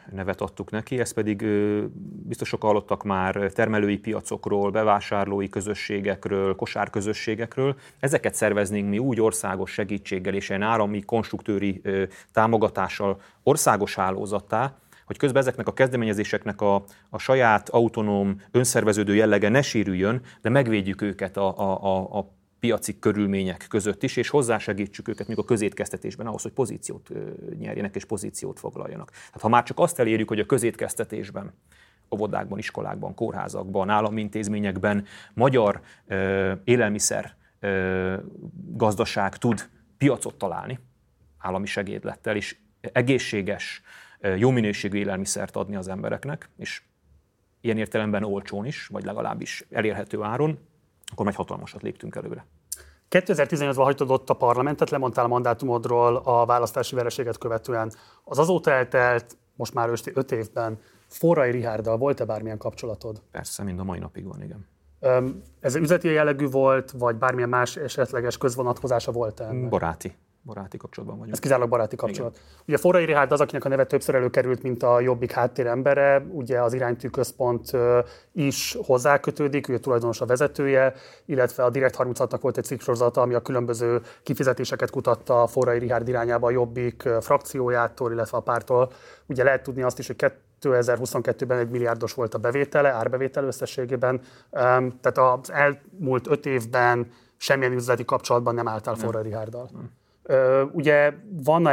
nevet adtuk neki, ez pedig biztos sokan hallottak már termelői piacokról, bevásárlói közösségekről, kosárközösségekről. Ezeket szerveznénk mi úgy országos segítséggel és ilyen állami konstruktőri támogatással országos hálózattá, hogy közben ezeknek a kezdeményezéseknek a saját autonóm, önszerveződő jellege ne sérüljön, de megvédjük őket a piaci körülmények között is, és hozzásegítsük őket még a közétkeztetésben ahhoz, hogy pozíciót nyerjenek és pozíciót foglaljanak. Tehát ha már csak azt elérjük, hogy a közétkeztetésben, óvodákban, iskolákban, kórházakban, állami intézményekben magyar élelmiszer gazdaság tud piacot találni állami segédlettel, és egészséges, jó minőségű élelmiszert adni az embereknek, és ilyen értelemben olcsón is, vagy legalábbis elérhető áron, akkor majd hatalmasat léptünk előre. 2018-ban hagytad ott a parlamentet, lemondtál a mandátumodról a választási vereséget követően. Az azóta eltelt, most már 5 évben Forrai Richárddal volt-e bármilyen kapcsolatod? Persze, mind a mai napig van, igen. Ez üzleti jellegű volt, vagy bármilyen más esetleges közvonatkozása volt ennek? Baráti kapcsolatban vagyunk. Ez kizárólag baráti kapcsolat. Igen. Ugye Forrai Richárd az, akinek a neve többször előkerült, mint a Jobbik háttérembere, ugye az Iránytű Központ is hozzákötődik, ő tulajdonos a vezetője, illetve a Direkt 36-nak volt egy cikksorozata, ami a különböző kifizetéseket kutatta Forrai Richárd irányába a Jobbik frakciójától, illetve a pártól. Ugye lehet tudni azt is, hogy 2022-ben 1 milliárdos volt a bevétele, árbevétel összességében, tehát az elmúlt 5 évben semmilyen üzleti kapcsolatban nem álltál Forrai Richárddal. Ugye van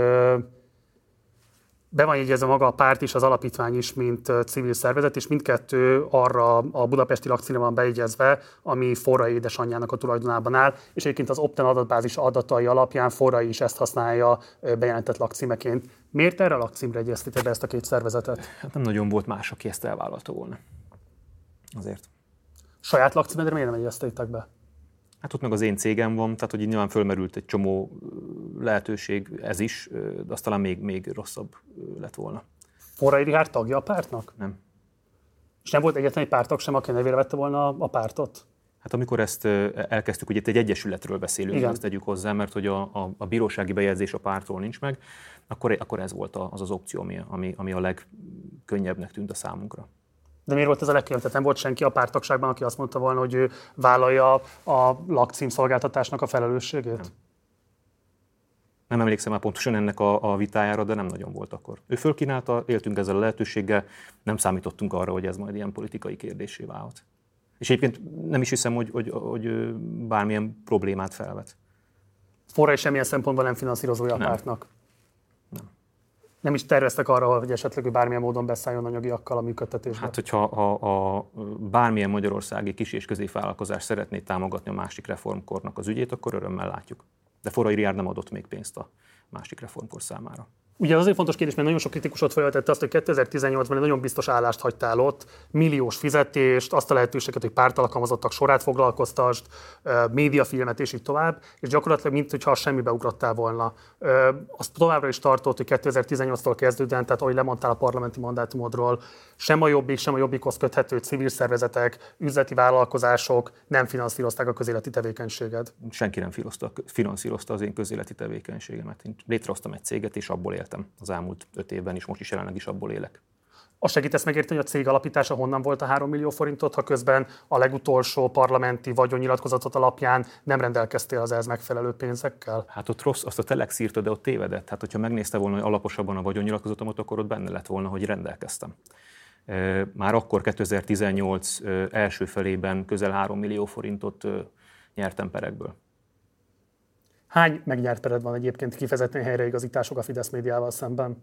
be van jegyezve maga a párt is, az alapítvány is, mint civil szervezet, és mindkettő arra a budapesti lakcímre van bejegyezve, ami Forrai édesanyjának a tulajdonában áll, és egyébként az Opten adatbázis adatai alapján Forrai is ezt használja bejelentett lakcímeként. Miért erre a lakcímre jegyeztétek be ezt a két szervezetet? Hát nem nagyon volt más, aki ezt elvállalta volna. Azért. Saját lakcímedre miért nem jegyeztétek be? Hát ott meg az én cégem van, tehát hogy nyilván fölmerült egy csomó lehetőség, ez is, de azt talán még rosszabb lett volna. Forrai Richárd tagja a pártnak? Nem. És nem volt egyetlen egy pártag sem, aki nevére vette volna a pártot? Hát amikor ezt elkezdtük, ugye itt egy egyesületről beszélünk, ezt tegyük hozzá, mert hogy a bírósági bejegyzés a pártról nincs meg, akkor ez volt az opció, ami a legkönnyebbnek tűnt a számunkra. De miért volt ez a legkönnyebb? Tehát nem volt senki a párttagságban, aki azt mondta volna, hogy ő vállalja a lakcím szolgáltatásnak a felelősségét? Nem emlékszem már pontosan ennek a vitájára, de nem nagyon volt akkor. Ő fölkínálta, éltünk ezzel a lehetőséggel, nem számítottunk arra, hogy ez majd ilyen politikai kérdéssé válhat. És egyébként nem is hiszem, hogy bármilyen problémát felvet. Forrai semmilyen szempontból nem finanszírozója a pártnak? Nem. Nem is terveztek arra, hogy esetleg ő bármilyen módon beszálljon anyagiakkal a működtetésbe? Hát, hogyha bármilyen magyarországi kis- és középvállalkozás szeretné támogatni a másik reformkornak az ügyét, akkor örömmel látjuk. De Forrai Richárd nem adott még pénzt a másik reformkor számára. Ugye azért fontos kérdés, mert nagyon sok kritikusot felvetette azt, hogy 2018-ban egy nagyon biztos állást hagytál ott, milliós fizetést, azt a lehetőséget, hogy pártalkalmazottak sorát foglalkoztasd, médiafilmet és így tovább, és gyakorlatilag mintha semmibe ugrottál volna. Azt továbbra is tartott, hogy 2018-tól kezdődően, tehát ahogy lemondtál a parlamenti mandátumodról, sem a Jobbik, sem a Jobbikhoz köthető civil szervezetek, üzleti vállalkozások nem finanszírozták a közéleti tevékenységed. Senki nem finanszírozta az én közéleti tevékenységemet. Én létrehoztam egy céget, és abból éltem az elmúlt 5 évben, és most is jelenleg is abból élek. Azt segítesz megérteni, hogy a cég alapítása honnan volt a 3 millió forintot, ha közben a legutolsó parlamenti vagyonnyilatkozatot alapján nem rendelkeztél az ehhez megfelelő pénzekkel? Hát ott rossz, azt a Telex írta, de ott tévedett. Hát hogyha megnézte volna alaposabban a vagyonnyilatkozatomat, akkor ott benne lett volna, hogy rendelkeztem. Már akkor 2018 első felében közel 3 millió forintot nyertem perekből. Hány megnyert pered van egyébként kifejezetten helyreigazítások a Fidesz médiával szemben?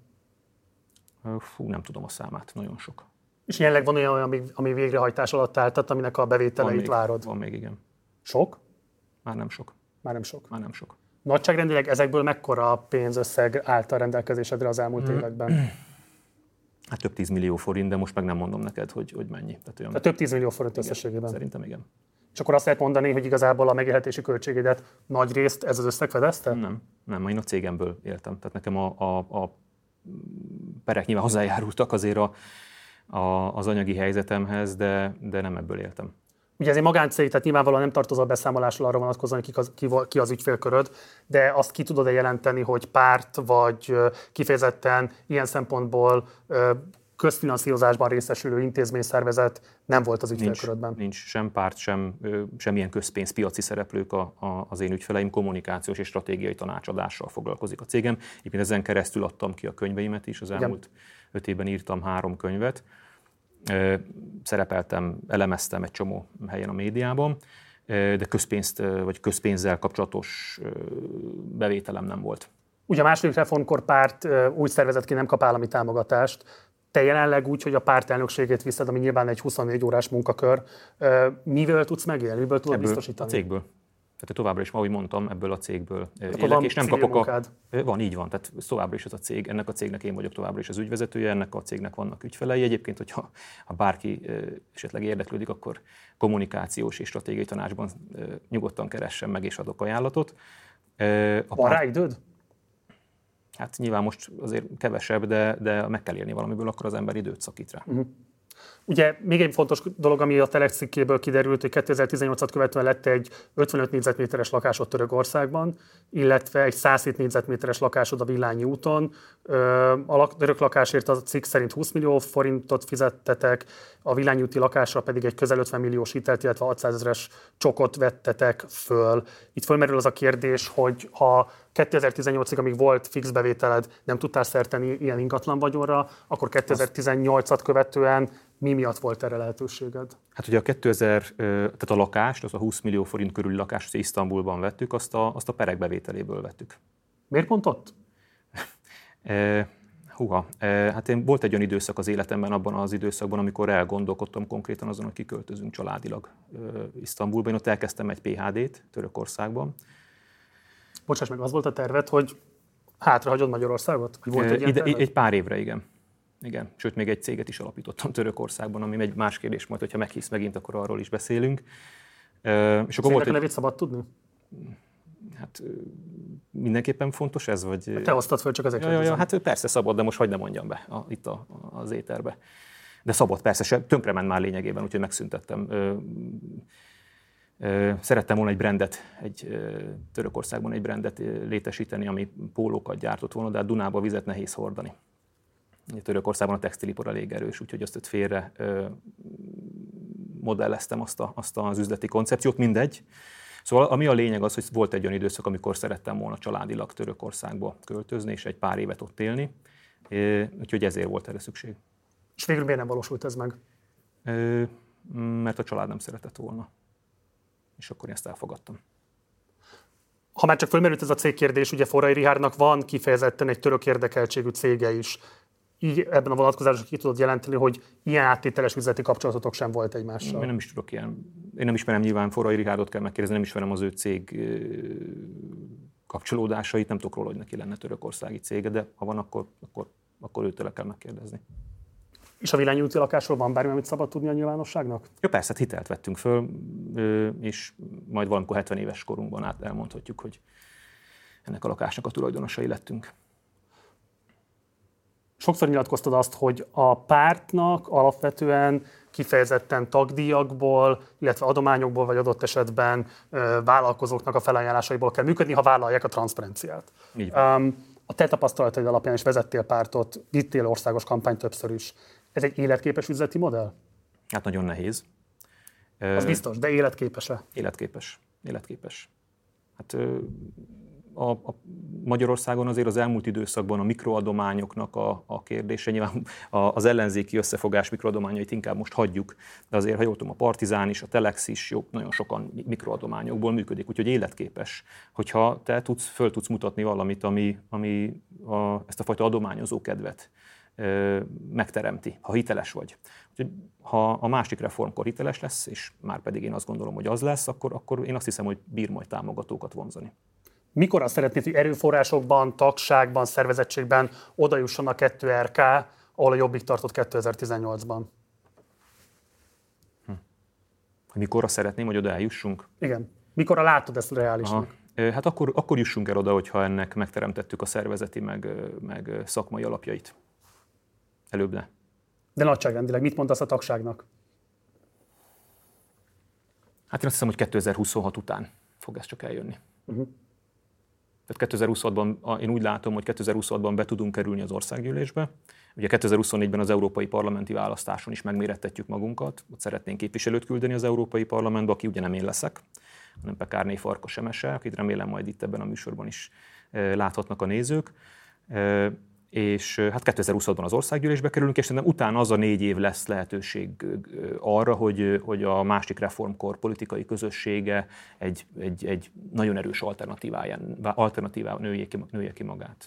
Nem tudom a számát, nagyon sok. És jelenleg van olyan, ami végrehajtás alatt áll, tehát aminek a bevételeit várod? Van még, igen. Sok? Már nem sok. Már nem sok. Már nem sok. Nagyságrendileg ezekből mekkora pénzösszeg állt a rendelkezésedre az elmúlt években? Hát több 10 millió forint, de most meg nem mondom neked, hogy mennyi. Tehát több 10 millió forint összességében? Szerintem igen. És akkor azt lehet mondani, hogy igazából a megélhetési költségeidet nagy részt ez az összeg fedezte? Nem, én a cégemből éltem. Tehát nekem a perek nyilván hozzájárultak azért az anyagi helyzetemhez, de nem ebből éltem. Ugye ez egy magáncég, tehát nyilvánvalóan nem tartozol beszámolással arra vonatkozóan, hogy ki az ügyfélköröd, de azt ki tudod-e jelenteni, hogy párt vagy kifejezetten ilyen szempontból közfinanszírozásban részesülő intézményszervezet nem volt az ügyfélkörödben? Nincs sem párt, semmilyen közpénzpiaci szereplők az én ügyfeleim, kommunikációs és stratégiai tanácsadással foglalkozik a cégem. Éppen ezen keresztül adtam ki a könyveimet is, az elmúlt 5 évben írtam 3 könyvet. Szerepeltem, elemeztem egy csomó helyen a médiában, de közpénzt vagy közpénzzel kapcsolatos bevételem nem volt. Ugye a második reformkor párt úgy szervezetként nem kap állami támogatást. Te jelenleg úgy, hogy a párt elnökségét viszed, ami nyilván egy 24 órás munkakör. Miből tudsz megélni? Miből tudod biztosítani? A cégből. Tehát továbbra is, ahogy mondtam, ebből a cégből élek, és nem kapok Van, így van. Tehát továbbra is ez a cég, ennek a cégnek én vagyok továbbra is az ügyvezetője, ennek a cégnek vannak ügyfelei. Egyébként, hogyha bárki esetleg érdeklődik, akkor kommunikációs és stratégiai tanácsban nyugodtan keressen meg, és adok ajánlatot. Van rá időd? Hát nyilván most azért kevesebb, de meg kell élni valamiből, akkor az ember időt szakít rá. Ugye még egy fontos dolog, ami a Telex cikkéből kiderült, hogy 2018-at követően lett egy 55 négyzetméteres lakásod Törökországban, illetve egy 107 négyzetméteres lakásod a Villányi úton. A török lakásért a cikk szerint 20 millió forintot fizettetek, a Villányi úti lakásra pedig egy közel 50 milliós hitelt, illetve 600 000-es csokot vettetek föl. Itt fölmerül az a kérdés, hogy ha 2018-ig, amíg volt fix bevételed, nem tudtál szert tenni ilyen ingatlan vagyonra, akkor 2018-at követően mi miatt volt erre lehetőséged? Hát ugye tehát a lakást, az a 20 millió forint körüli lakást, hogy Isztambulban vettük, azt a perek bevételéből vettük. Miért pont ott? Hát volt egy olyan időszak az életemben, abban az időszakban, amikor elgondolkodtam konkrétan azon, hogy kiköltözünk családilag Isztambulba. Én ott elkezdtem egy PhD-t Törökországban. Bocsáss meg, az volt a terved, hogy hátrahagyod Magyarországot? Volt egy pár évre, igen. Igen, sőt, még egy céget is alapítottam Törökországban, ami egy más kérdés majd, hogyha meghisz megint, akkor arról is beszélünk. És akkor volt a nevét szabad tudni? Hát mindenképpen fontos ez, vagy... Te hoztad föl, csak ezek hát persze szabad, de most hagyd ne mondjam be itt az éterbe. De szabad, persze, tönkrement már lényegében, úgyhogy megszüntettem. Szerettem volna egy brandet, Törökországban egy brandet létesíteni, ami pólókat gyártott volna, de a Dunába vizet nehéz hordani. Törökországban a textilipar elég erős, úgyhogy azt ott félre modelleztem azt az üzleti koncepciót, mindegy. Szóval ami a lényeg az, hogy volt egy olyan időszak, amikor szerettem volna családilag Törökországba költözni, és egy pár évet ott élni, úgyhogy ezért volt erre szükség. És végül miért nem valósult ez meg? Mert a család nem szeretett volna. És akkor én ezt elfogadtam. Ha már csak fölmerült ez a cégkérdés, ugye Forrai Richardnak van kifejezetten egy török érdekeltségű cége is. Így ebben a vonatkozásban ki tudod jelenteni, hogy ilyen áttételes üzleti kapcsolatotok sem volt egymással? Én nem is tudok ilyen. Én nem ismerem, nyilván Forrai Richardot kell megkérdezni, nem ismerem az ő cég kapcsolódásait, nem tudok róla, hogy neki lenne törökországi cége, de ha van, akkor őtől kell megkérdezni. És a Villányi úti lakásról van bármi, amit szabad tudni a nyilvánosságnak? Ja, persze, hát hitelt vettünk föl, és majd valamikor 70 éves korunkban elmondhatjuk, hogy ennek a lakásnak a tulajdonosai lettünk. Sokszor nyilatkoztad azt, hogy a pártnak alapvetően kifejezetten tagdíjakból, illetve adományokból, vagy adott esetben vállalkozóknak a felajánlásaiból kell működni, ha vállalják a transzparenciát. A te tapasztalataid alapján is vezettél pártot, vittél országos kampányt többször is. Ez egy életképes üzleti modell? Hát nagyon nehéz. Az biztos, de életképes-e? Életképes. Hát a Magyarországon azért az elmúlt időszakban a mikroadományoknak a kérdése, nyilván az ellenzéki összefogás mikroadományait inkább most hagyjuk, de azért, ha jól tudom, a Partizán is, a Telex is nagyon sokan mikroadományokból működik, úgyhogy életképes, hogyha te föl tudsz mutatni valamit, ami ezt a fajta adományozó kedvet megteremti, ha hiteles vagy. Úgyhogy, ha a másik reformkor hiteles lesz, és már pedig én azt gondolom, hogy az lesz, akkor én azt hiszem, hogy bír majd támogatókat vonzani. Mikor azt szeretnéd, hogy erőforrásokban, tagságban, szervezettségben odajusson a 2RK, ahol a Jobbik tartott 2018-ban? Mikorra szeretném, hogy oda eljussunk? Igen. Mikorra látod ezt reálisnak? Hát akkor jussunk el oda, hogyha ennek megteremtettük a szervezeti, meg szakmai alapjait. Előbb ne. De nagyságrendileg mit mondasz a tagságnak? Hát én azt hiszem, hogy 2026 után fog ez csak eljönni. Tehát 2026-ban, én úgy látom, hogy 2026-ban be tudunk kerülni az országgyűlésbe. Ugye 2024-ben az európai parlamenti választáson is megmérettetjük magunkat, ott szeretnénk képviselőt küldeni az európai parlamentbe, aki ugye nem én leszek, hanem Pekárné Farkas Emese, akit remélem majd itt ebben a műsorban is láthatnak a nézők. És hát 2020-ban az országgyűlésbe kerülünk, és szerintem utána az a 4 év lesz lehetőség arra, hogy a másik reformkor politikai közössége egy nagyon erős alternatívá nője ki magát.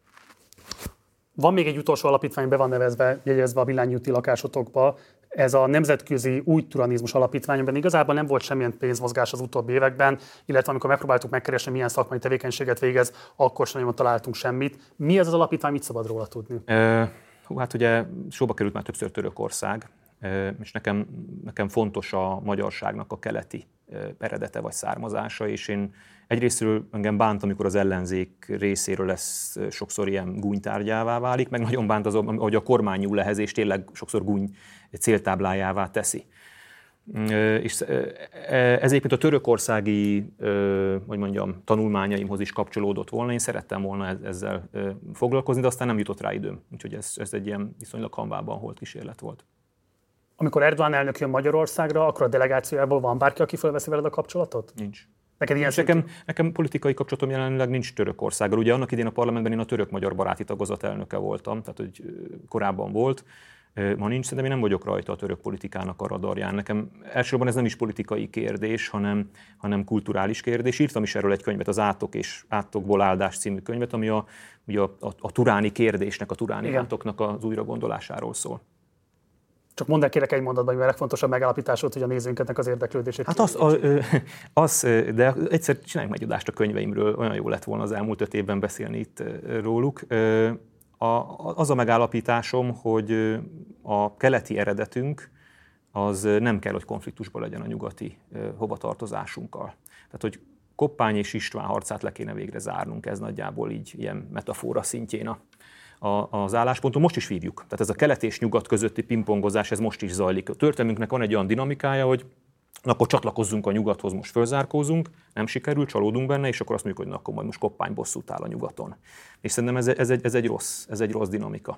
Van még egy utolsó alapítvány, be van jegyezve a villányúti lakásotokba. Ez a Nemzetközi Új Turanizmus Alapítvány, amiben igazából nem volt semmilyen pénzmozgás az utóbbi években, illetve amikor megpróbáltuk megkeresni, milyen szakmai tevékenységet végez, akkor sem nagyon találtunk semmit. Mi ez az alapítvány, mit szabad róla tudni? Hát ugye szóba került már többször Törökország, és nekem fontos a magyarságnak a keleti eredete vagy származása, és én egyrésztről engem bánt, amikor az ellenzék részéről ez sokszor ilyen gúnytárgyává válik, meg nagyon bánt az, hogy a kormány nyúl ehhez, és tényleg sokszor gúny céltáblájává teszi. És ez egyébként a törökországi, hogy mondjam, tanulmányaimhoz is kapcsolódott volna. Én szerettem volna ezzel foglalkozni, de aztán nem jutott rá időm. Úgyhogy ez egy ilyen viszonylag hanvában holt kísérlet volt. Amikor Erdoğan elnök jön Magyarországra, akkor a delegációjából van bárki, aki felveszi veled a kapcsolatot? Nincs. Nekem politikai kapcsolatom jelenleg nincs Törökországgal. Ugye annak idén a parlamentben én a török-magyar baráti tagozat elnöke voltam, tehát hogy korábban volt. Ma nincs, szerintem én nem vagyok rajta a török politikának a radarján. Nekem elsősorban ez nem is politikai kérdés, hanem kulturális kérdés. Írtam is erről egy könyvet, az Átok és Átokból áldás című könyvet, ami a turáni kérdésnek, a turáni átoknak az újragondolásáról szól. Csak mondd el kérlek egy mondatban, mivel legfontosabb megállapítás volt, hogy a nézőinknek az érdeklődését. Hát de egyszer csináljunk egy adást a könyveimről, olyan jó lett volna az elmúlt 5 évben beszélni itt róluk. Az a megállapításom, hogy a keleti eredetünk az nem kell, hogy konfliktusban legyen a nyugati hovatartozásunkkal. Tehát, hogy Koppány és István harcát le kéne végre zárnunk, ez nagyjából így ilyen metafora szintjén az állásponton. Most is vívjuk. Tehát ez a kelet és nyugat közötti pingpongozás, ez most is zajlik. A történelmünknek van egy olyan dinamikája, hogy akkor csatlakozzunk a nyugathoz, most fölzárkózunk, nem sikerül, csalódunk benne, és akkor azt mondjuk, hogy akkor majd most Koppány bosszút áll a nyugaton. És szerintem ez egy rossz dinamika.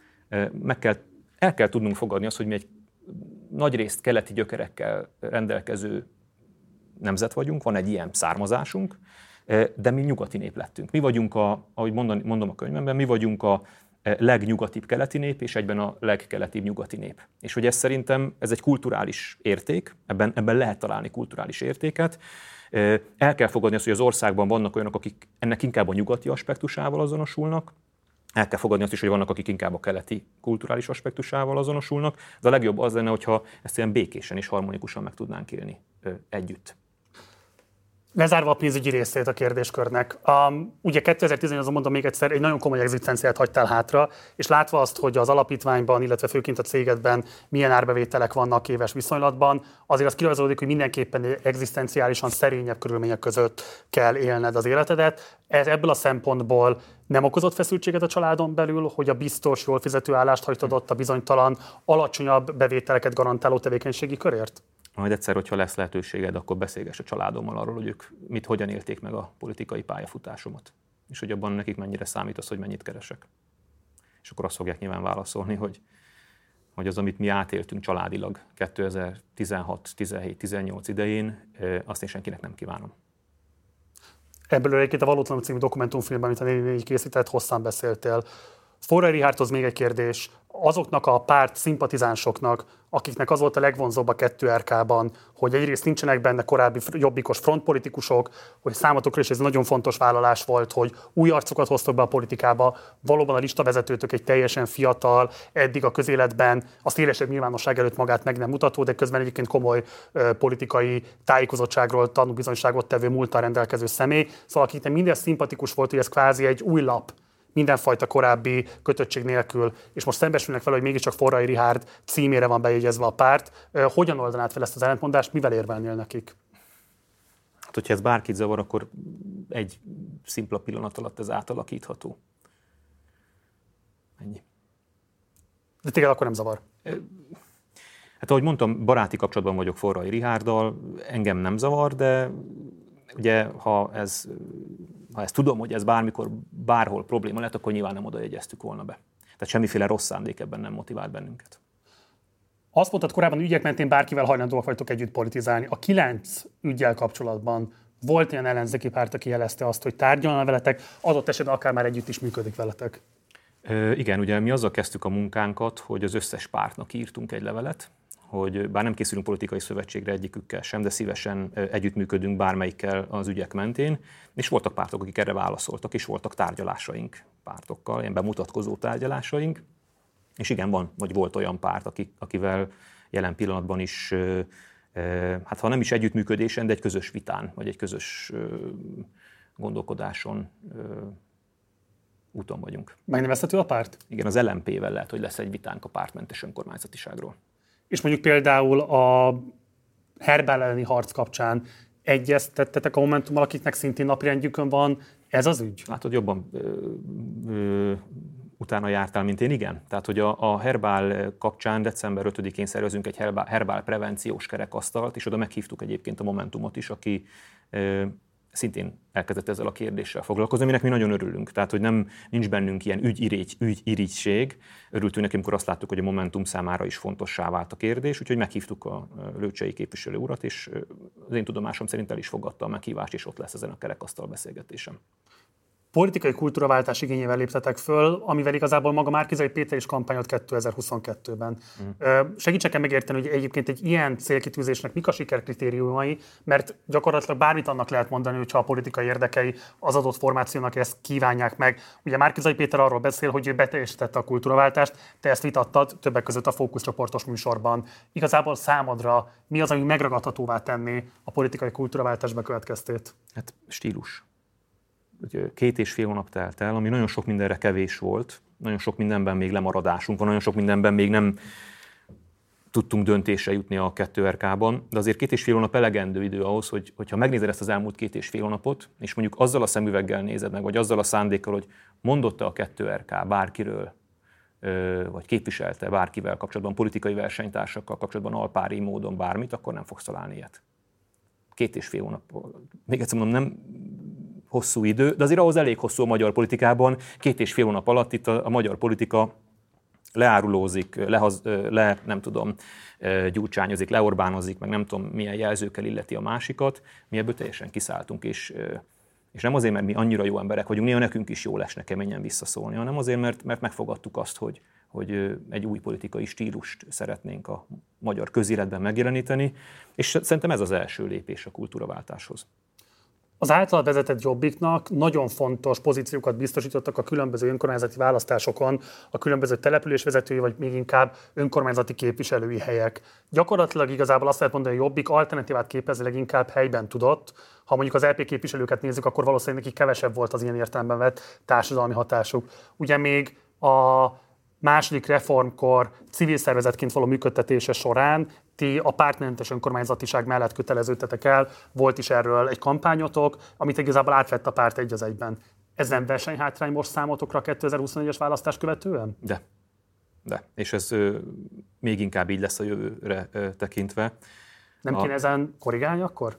El kell tudnunk fogadni azt, hogy mi egy nagyrészt keleti gyökerekkel rendelkező nemzet vagyunk, van egy ilyen származásunk, de mi nyugati nép lettünk. Mi vagyunk, ahogy mondom a könyvemben, mi vagyunk a legnyugatibb keleti nép, és egyben a legkeletibb nyugati nép. És hogy ez szerintem ez egy kulturális érték, ebben lehet találni kulturális értéket. El kell fogadni azt, hogy az országban vannak olyanok, akik ennek inkább a nyugati aspektusával azonosulnak, el kell fogadni azt is, hogy vannak, akik inkább a keleti kulturális aspektusával azonosulnak, de a legjobb az lenne, hogyha ezt ilyen békésen és harmonikusan meg tudnánk élni együtt. Lezárva a pénzügyi részét a kérdéskörnek. Ugye 2018-ban, mondom még egyszer, egy nagyon komoly egzisztenciát hagytál hátra, és látva azt, hogy az alapítványban, illetve főként a cégedben milyen árbevételek vannak éves viszonylatban, azért az kirajzolódik, hogy mindenképpen egzisztenciálisan szerényebb körülmények között kell élned az életedet. Ez ebből a szempontból nem okozott feszültséget a családon belül, hogy a biztos, jól fizető állást hagytad ott a bizonytalan, alacsonyabb bevételeket garantáló tevékenységi körért? Majd egyszer, hogyha lesz lehetőséged, akkor beszélgess a családommal arról, hogy ők hogyan élték meg a politikai pályafutásomat. És hogy abban nekik mennyire számít az, hogy mennyit keresek. És akkor azt fogják nyilván válaszolni, hogy az, amit mi átéltünk családilag 2016, 17, 18 idején, azt én senkinek nem kívánom. Ebből egyébként a Valótlanul című dokumentumfilmben, amit a 444 készített, hosszan beszéltél. Forrai Richardhoz még egy kérdés. Azoknak a párt szimpatizánsoknak, akiknek az volt a legvonzóbb a 2RK-ban, hogy egyrészt nincsenek benne korábbi jobbikos frontpolitikusok, hogy számotokra is ez nagyon fontos vállalás volt, hogy új arcokat hoztok be a politikába, valóban a listavezetőtök egy teljesen fiatal, eddig a közéletben a szélesebb nyilvánosság előtt magát meg nem mutató, de közben egyébként komoly politikai tájékozottságról tanúbizonyságot tevő múlttal rendelkező személy. Szóval akiknek minden szimpatikus volt, hogy ez kvázi egy új lap, mindenfajta korábbi kötöttség nélkül, és most szembesülnek vele, hogy mégiscsak Forrai Richárd címére van bejegyezve a párt. Hogyan oldanád fel ezt az ellentmondást, mivel érvelnél nekik? Hát, hogyha ez bárkit zavar, akkor egy szimpla pillanat alatt ez átalakítható. Ennyi. De téged akkor nem zavar? Hát ahogy mondtam, baráti kapcsolatban vagyok Forrai Richárddal, engem nem zavar, de ugye ha ezt tudom, hogy ez bármikor, bárhol probléma lett, akkor nyilván nem oda jegyeztük volna be. Tehát semmiféle rossz szándék ebben nem motivált bennünket. Azt mondtad korábban, ügyek mentén bárkivel hajlandóak vagytok együtt politizálni. A 9 üggyel kapcsolatban volt olyan ellenzéki párt, aki jelezte azt, hogy tárgyalna veletek, adott esetben akár már együtt is működik veletek? Igen, ugye mi azzal kezdtük a munkánkat, hogy az összes pártnak írtunk egy levelet, hogy bár nem készülünk politikai szövetségre egyikükkel sem, de szívesen együttműködünk bármelyikkel az ügyek mentén, és voltak pártok, akik erre válaszoltak, és voltak tárgyalásaink pártokkal, ilyen bemutatkozó tárgyalásaink, és igen, volt olyan párt, akivel jelen pillanatban is, hát ha nem is együttműködésen, de egy közös vitán, vagy egy közös gondolkodáson úton vagyunk. Megnevezhető a párt? Igen, az LMP-vel lehet, hogy lesz egy vitánk a pártmentes önkormányzatiságról. És mondjuk például a Herbál elleni harc kapcsán egyeztettetek a Momentummal, akiknek szintén napirendjükön van ez az ügy? Látod, jobban utána jártál, mint én, igen. Tehát, hogy a Herbál kapcsán december 5-én szervezünk egy Herbál prevenciós kerekasztalt, és oda meghívtuk egyébként a Momentumot is, aki szintén elkezdett ezzel a kérdéssel foglalkozni, aminek mi nagyon örülünk. Tehát, hogy nincs bennünk ilyen ügyirigység. Örültünk neki, amikor azt láttuk, hogy a Momentum számára is fontossá vált a kérdés, úgyhogy meghívtuk a Lőcsei képviselő urat, és az én tudomásom szerint el is fogadta a meghívást, és ott lesz ezen a kerekasztal beszélgetésem. Politikai kultúraváltás igényével léptetek föl, amivel igazából maga Márki-Zay Péter is kampányolt 2022-ben. Segítsek megérteni, hogy egyébként egy ilyen célkitűzésnek mik a sikerkritériumai, mert gyakorlatilag bármit annak lehet mondani, hogyha a politikai érdekei az adott formációnak ezt kívánják meg. Ugye Márki-Zay Péter arról beszél, hogy ő beteljesítette a kultúraváltást, te ezt vitattad többek között a Fókuszcsoportos műsorban. Igazából számodra mi az, ami megragadhatóvá tenné a politikai kultúraváltás bekövetkeztét? Hát stílus. 2,5 hónap telt el, ami nagyon sok mindenre kevés volt, nagyon sok mindenben még lemaradásunk van, nagyon sok mindenben még nem tudtunk döntésre jutni a 2RK-ban, de azért 2,5 hónap elegendő idő ahhoz, hogyha megnézed ezt az elmúlt 2,5 hónapot, és mondjuk azzal a szemüveggel nézed meg, vagy azzal a szándékkal, hogy mondott-e a 2RK bárkiről, vagy képviselte bárkivel kapcsolatban, politikai versenytársakkal kapcsolatban alpári módon bármit, akkor nem fogsz találni ilyet. 2,5 hónap. Még egyszer mondom, nem hosszú idő, de azért ahhoz elég hosszú a magyar politikában. 2,5 hónap alatt itt a magyar politika leárulózik, nem tudom, gyurcsányozik, leorbánozik, meg nem tudom milyen jelzőkkel illeti a másikat. Mi ebből teljesen kiszálltunk, és nem azért, mert mi annyira jó emberek vagyunk, néha nekünk is jó lesne keményen visszaszólni, hanem azért, mert megfogadtuk azt, hogy egy új politikai stílust szeretnénk a magyar közéletben megjeleníteni, és szerintem ez az első lépés a kultúraváltáshoz. Az általad vezetett Jobbiknak nagyon fontos pozíciókat biztosítottak a különböző önkormányzati választásokon, a különböző településvezetői, vagy még inkább önkormányzati képviselői helyek. Gyakorlatilag igazából azt lehet mondani, hogy Jobbik alternatívát képezni leginkább helyben tudott. Ha mondjuk az LP képviselőket nézzük, akkor valószínűleg nekik kevesebb volt az ilyen értelemben vett társadalmi hatásuk. Ugye még a második reformkor civil szervezetként való működtetése során ti a pártmentes önkormányzatiság mellett köteleződtetek el, volt is erről egy kampányotok, amit igazából átvett a párt egy az egyben. Ez nem versenyhátrány most számotokra a 2024-es választás követően? De. És ez még inkább így lesz a jövőre tekintve. Nem kéne ezen korrigálni akkor?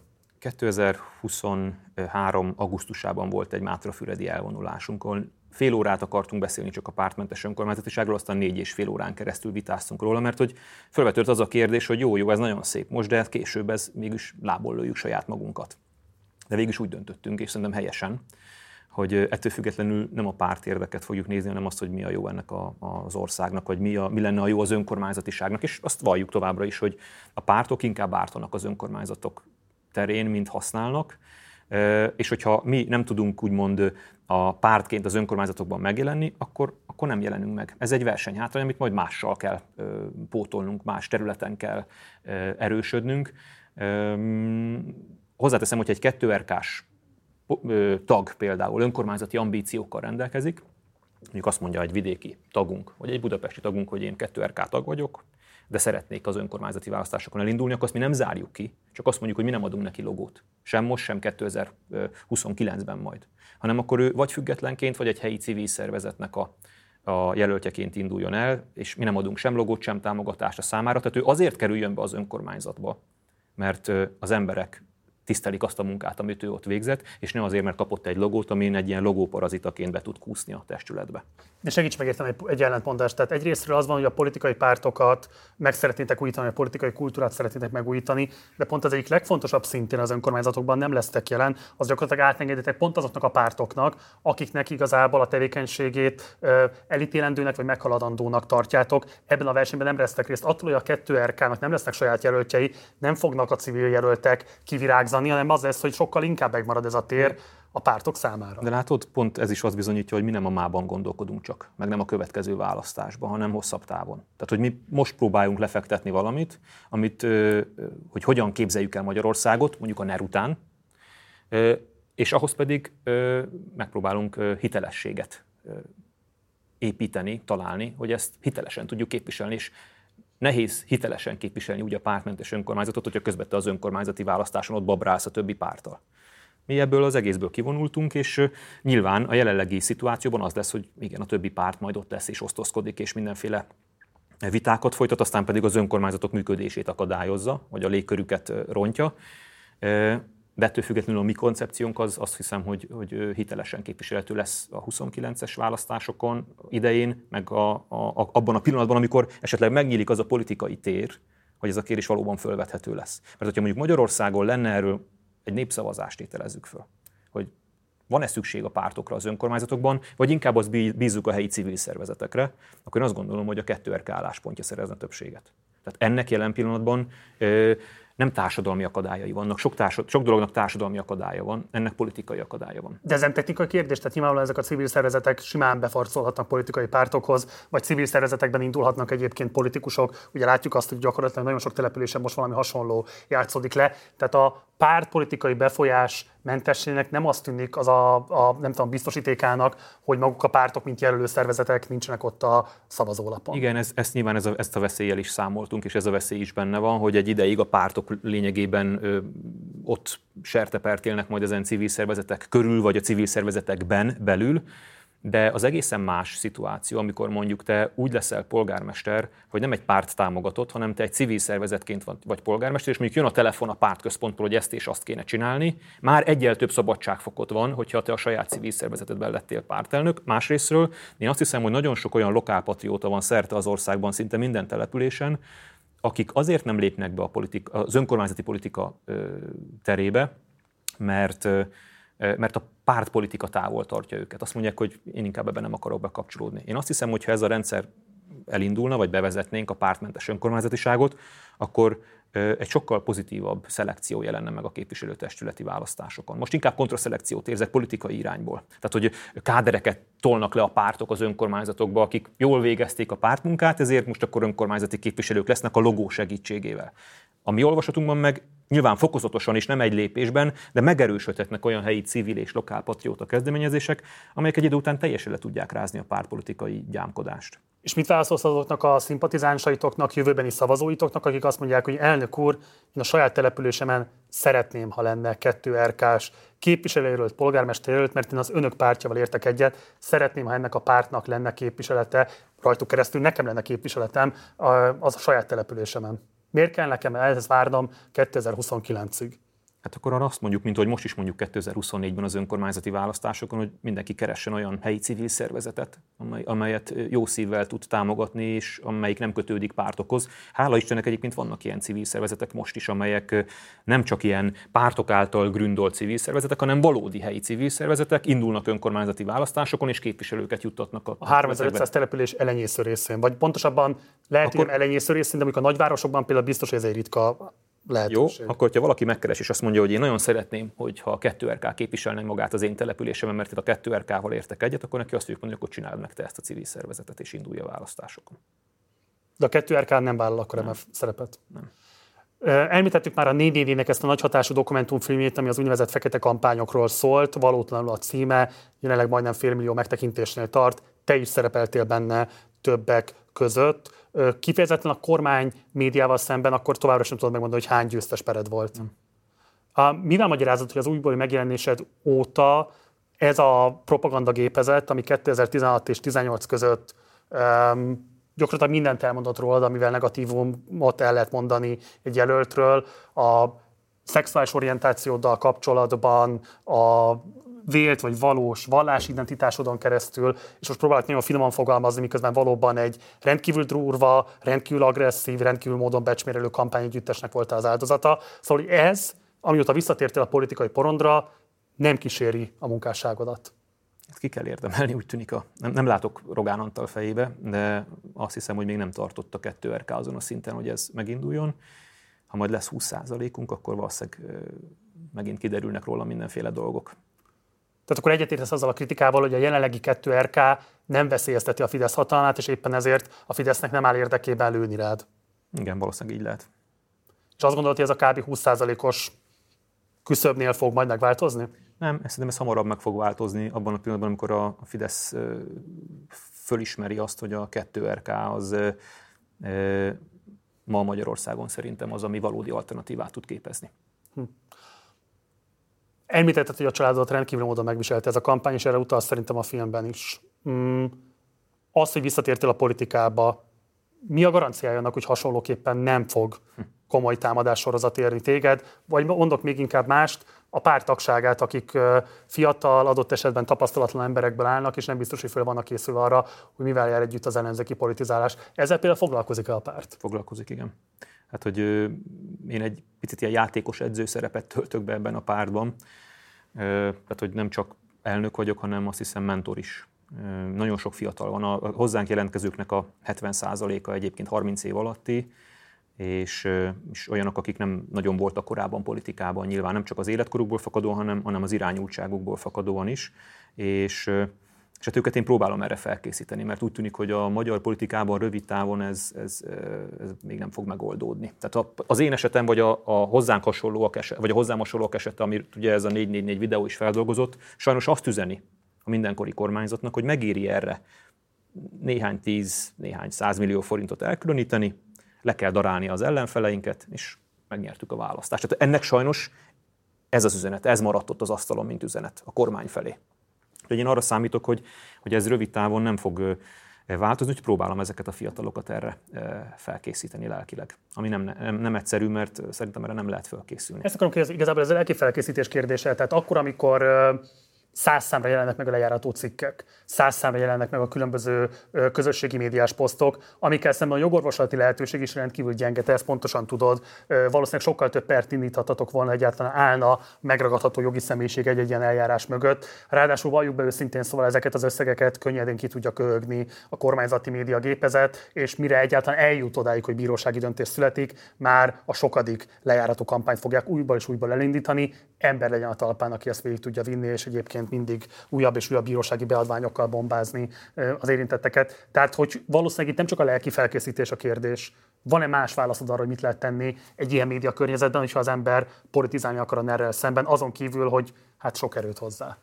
2023. augusztusában volt egy mátrafüredi elvonulásunk, ahol fél órát akartunk beszélni csak a pártmentes önkormányzatiságról, aztán 4,5 órán keresztül vitáztunk róla, mert hogy felvetődött az a kérdés, hogy jó, ez nagyon szép most, de később ez mégis lából lőjük saját magunkat. De végül is úgy döntöttünk, és szerintem helyesen, hogy ettől függetlenül nem a párt érdeket fogjuk nézni, hanem azt, hogy mi a jó ennek az országnak, vagy mi lenne a jó az önkormányzatiságnak, és azt valljuk továbbra is, hogy a pártok inkább ártanak az önkormányzatok terén, mint használnak, és hogyha mi nem tudunk úgymond a pártként az önkormányzatokban megjelenni, akkor nem jelenünk meg. Ez egy versenyhátrány, amit majd mással kell pótolnunk, más területen kell erősödnünk. Hozzáteszem, hogy egy 2RK-s tag például önkormányzati ambíciókkal rendelkezik, mondjuk azt mondja egy vidéki tagunk, vagy egy budapesti tagunk, hogy én 2RK tag vagyok, de szeretnék az önkormányzati választásokon elindulni, akkor azt mi nem zárjuk ki, csak azt mondjuk, hogy mi nem adunk neki logót. Sem most, sem 2029-ben majd. Hanem akkor ő vagy függetlenként, vagy egy helyi civil szervezetnek a a jelöltjeként induljon el, és mi nem adunk sem logót, sem támogatást a számára. Tehát ő azért kerüljön be az önkormányzatba, mert az emberek tisztelik azt a munkát, amit ő ott végzett, és nem azért, mert kapott egy logót, amin egy ilyen logóparazitaként be tud kúszni a testületbe. De segíts megérteni egy ellentmondást. Tehát egyrésztről az van, hogy a politikai pártokat meg szeretnétek újítani, a politikai kultúrát szeretnétek megújítani, de pont az egyik legfontosabb szintén az önkormányzatokban nem lesztek jelen, az gyakorlatilag átengeditek pont azoknak a pártoknak, akiknek igazából a tevékenységét elítélendőnek vagy meghaladandónak tartjátok. Ebben a versenyben nem vesztek részt. Attól, hogy a 2RK-nak nem lesznek saját jelöltjei, nem fognak a civil jelöltek kivirágzani, hanem az lesz, hogy sokkal inkább megmarad ez a tér a pártok számára. De látod, pont ez is azt bizonyítja, hogy mi nem a mában gondolkodunk csak, meg nem a következő választásban, hanem hosszabb távon. Tehát, hogy mi most próbáljunk lefektetni valamit, hogy hogyan képzeljük el Magyarországot, mondjuk a NER után, és ahhoz pedig megpróbálunk hitelességet építeni, találni, hogy ezt hitelesen tudjuk képviselni, és nehéz hitelesen képviselni úgy a pártmentes önkormányzatot, hogyha közben te az önkormányzati választáson ott babrálsz a többi párttal. Mi ebből az egészből kivonultunk, és nyilván a jelenlegi szituációban az lesz, hogy igen, a többi párt majd ott lesz és osztozkodik, és mindenféle vitákat folytat, aztán pedig az önkormányzatok működését akadályozza, vagy a légkörüket rontja. De ettől függetlenül a mi koncepciónk az azt hiszem, hogy hitelesen képviselhető lesz a 29-es választásokon idején, meg abban a pillanatban, amikor esetleg megnyílik az a politikai tér, hogy ez a kérdés valóban fölvethető lesz. Mert hogyha mondjuk Magyarországon lenne erről egy népszavazást tételezzük föl, hogy van-e szükség a pártokra az önkormányzatokban, vagy inkább azt bízzuk a helyi civil szervezetekre, akkor én azt gondolom, hogy a 2RK álláspontja szerezne többséget. Tehát ennek jelen pillanatban nem társadalmi akadályai vannak, sok dolognak társadalmi akadálya van, ennek politikai akadálya van. De ez nem technikai kérdés, tehát nyilvánvalóan ezek a civil szervezetek simán befarcolhatnak politikai pártokhoz, vagy civil szervezetekben indulhatnak egyébként politikusok. Ugye látjuk azt, hogy gyakorlatilag nagyon sok településen most valami hasonló játszódik le. Tehát a pártpolitikai befolyás mentességnek nem azt tűnik az nem tudom, biztosítékának, hogy maguk a pártok, mint jelölő szervezetek nincsenek ott a szavazólapon. Igen, nyilván ezt a veszéllyel is számoltunk, és ez a veszély is benne van, hogy egy ideig a pártok lényegében ott sertepertélnek majd ezen civil szervezetek körül, vagy a civil szervezetekben belül, de az egészen más szituáció, amikor mondjuk te úgy leszel polgármester, hogy nem egy párt támogatott, hanem te egy civil szervezetként vagy polgármester, és mondjuk jön a telefon a pártközpontból, hogy ezt és azt kéne csinálni, már egyel több szabadságfokot van, hogyha te a saját civil szervezetedben lettél pártelnök. Másrésztről én azt hiszem, hogy nagyon sok olyan lokálpatrióta van szerte az országban, szinte minden településen, akik azért nem lépnek be az önkormányzati politika terébe, mert a pártpolitika távol tartja őket. Azt mondják, hogy én inkább ebben nem akarok bekapcsolódni. Én azt hiszem, hogy ha ez a rendszer elindulna, vagy bevezetnénk a pártmentes önkormányzatiságot, akkor egy sokkal pozitívabb szelekció jelenne meg a képviselőtestületi választásokon. Most inkább kontraszelekciót érzek politikai irányból. Tehát, hogy kádereket tolnak le a pártok az önkormányzatokba, akik jól végezték a pártmunkát, ezért most akkor önkormányzati képviselők lesznek a logó segítségével. A mi olvasatunkban meg nyilván fokozatosan és nem egy lépésben, de megerősödhetnek olyan helyi civil és lokálpatrióta kezdeményezések, amelyek egy idő után teljesen le tudják rázni a pártpolitikai gyámkodást. És mit válaszolsz azoknak a szimpatizánsaitoknak, jövőbeni szavazóitoknak, akik azt mondják, hogy elnök úr, én a saját településemen szeretném, ha lenne 2RK-s képviselőjelölt, polgármesterjelölt, mert én az önök pártjával értek egyet, szeretném, ha ennek a pártnak lenne képviselete, rajtuk keresztül nekem lenne képviseletem az a saját településemen. Miért kell nekem ehhez várnom 2029-ig? Hát akkor arra azt mondjuk, mint hogy most is mondjuk 2024-ben az önkormányzati választásokon, hogy mindenki keressen olyan helyi civil szervezetet, amelyet jó szívvel tud támogatni, és amelyik nem kötődik pártokhoz. Hála Istennek egyébként vannak ilyen civil szervezetek most is, amelyek nem csak ilyen pártok által gründolt civil szervezetek, hanem valódi helyi civil szervezetek, indulnak önkormányzati választásokon, és képviselőket juttatnak a 3500 település elenyésző részén, vagy pontosabban lehet, hogy elenyésző részén, de mondjuk a nagyvárosokban például biztos, hogy ez egy ritka lehetőség. Jó, akkor ha valaki megkeres és azt mondja, hogy én nagyon szeretném, hogyha a 2RK képviselne magát az én településemen, mert itt a 2RK-val értek egyet, akkor neki azt fogjuk mondani, hogy akkor csináld meg te ezt a civil szervezetet és indulj a választásokon. De a 2RK nem vállal akkor MF szerepet? Nem. Említettük már a 444-nek ezt a nagy hatású dokumentumfilmjét, ami az úgynevezett fekete kampányokról szólt, valótlanul a címe, jelenleg majdnem 500 000 megtekintésnél tart, te is szerepeltél benne többek között. Kifejezetten a kormány médiával szemben akkor továbbra sem tudod megmondani, hogy hány győztes pered volt. Mivel magyarázod, hogy az újbóli megjelenésed óta ez a propagandagépezet, ami 2016 és 2018 között gyakorlatilag mindent elmondott rólad, amivel negatívumot el lehet mondani egy jelöltről, a szexuális orientációddal kapcsolatban, a vélt vagy valós vallásidentitásodon keresztül, és most próbálok nagyon finoman fogalmazni, miközben valóban egy rendkívül durva, rendkívül agresszív, rendkívül módon becsmérelő kampányegyüttesnek volt az áldozata. Szóval hogy ez, amióta visszatértél a politikai porondra, nem kíséri a munkásságodat. Ezt ki kell érdemelni, úgy tűnik. Nem látok Rogán Antal fejébe, de azt hiszem, hogy még nem tartott a 2RK azon a szinten, hogy ez meginduljon. Ha majd lesz 20%-unk, akkor valószínűleg megint kiderülnek róla mindenféle dolgok. Tehát akkor egyetértesz azzal a kritikával, hogy a jelenlegi 2RK nem veszélyezteti a Fidesz hatalmát, és éppen ezért a Fidesznek nem áll érdekében lőni rád. Igen, valószínűleg így lehet. És azt gondolod, hogy ez a kb. 20%-os küszöbnél fog majd megváltozni? Nem, szerintem ez hamarabb meg fog változni abban a pillanatban, amikor a Fidesz fölismeri azt, hogy a 2RK az ma Magyarországon szerintem az, ami valódi alternatívát tud képezni. Említetted, hogy a családodat rendkívül módon megviselte ez a kampány, és erre utalsz szerintem a filmben is. Az, hogy visszatértél a politikába, mi a garanciája annak, hogy hasonlóképpen nem fog komoly támadássorozat érni téged? Vagy mondok még inkább mást, a párt tagságát, akik fiatal, adott esetben tapasztalatlan emberekből állnak, és nem biztos, hogy föl vannak készülve arra, hogy mivel jár együtt az ellenzéki politizálás. Ezzel például foglalkozik-e a párt? Foglalkozik, igen. Hát, hogy én egy picit ilyen játékos edző szerepet töltök be ebben a pártban. Tehát, hogy nem csak elnök vagyok, hanem azt hiszem mentor is. Nagyon sok fiatal van. A hozzánk jelentkezőknek a 70%-a egyébként 30 év alatti, és olyanok, akik nem nagyon voltak korábban politikában, nyilván nem csak az életkorukból fakadóan, hanem az irányultságukból fakadóan is. És hát őket én próbálom erre felkészíteni, mert úgy tűnik, hogy a magyar politikában rövid távon ez még nem fog megoldódni. Tehát az én esetem, vagy a hozzánk hasonlóak esete, vagy a hozzám hasonlóak esete, amit ugye ez a 444 videó is feldolgozott, sajnos azt üzeni a mindenkori kormányzatnak, hogy megéri erre néhány 10, néhány 100 millió forintot elkülöníteni, le kell darálni az ellenfeleinket, és megnyertük a választást. Tehát ennek sajnos ez az üzenet, ez maradt ott az asztalon, mint üzenet a kormány felé. Úgyhogy én arra számítok, hogy ez rövid távon nem fog változni, hogy próbálom ezeket a fiatalokat erre felkészíteni lelkileg. Ami nem egyszerű, mert szerintem erre nem lehet felkészülni. Ezt akarom kérdezni, igazából ez a lelki felkészítés kérdése. Tehát akkor, amikor 100 számra jelennek meg a lejárató cikkek, 100 számra jelennek meg a különböző közösségi médiás posztok, amikkel szemben a jogorvoslati lehetőség is rendkívül gyenge, te ezt pontosan tudod. Valószínűleg sokkal több pert indíthatatok volna, egyáltalán állna megragadható jogi személyiség egy ilyen eljárás mögött. Ráadásul valljuk be őszintén, szóval ezeket az összegeket könnyedén ki tudja köhögni a kormányzati média gépezet, és mire egyáltalán eljut odáig, hogy bírósági döntés születik, már a sokadik lejárató kampányt fogják újból és újból elindítani. Ember legyen a talpán, aki ezt végig tudja vinni, és egyébként mindig újabb és újabb bírósági beadványokkal bombázni az érintetteket. Tehát, hogy valószínűleg itt nem csak a lelki felkészítés a kérdés, van-e más válaszod arra, hogy mit lehet tenni egy ilyen média környezetben, hogyha az ember politizálni akar a NER-rel szemben, azon kívül, hogy hát sok erőt hozzá?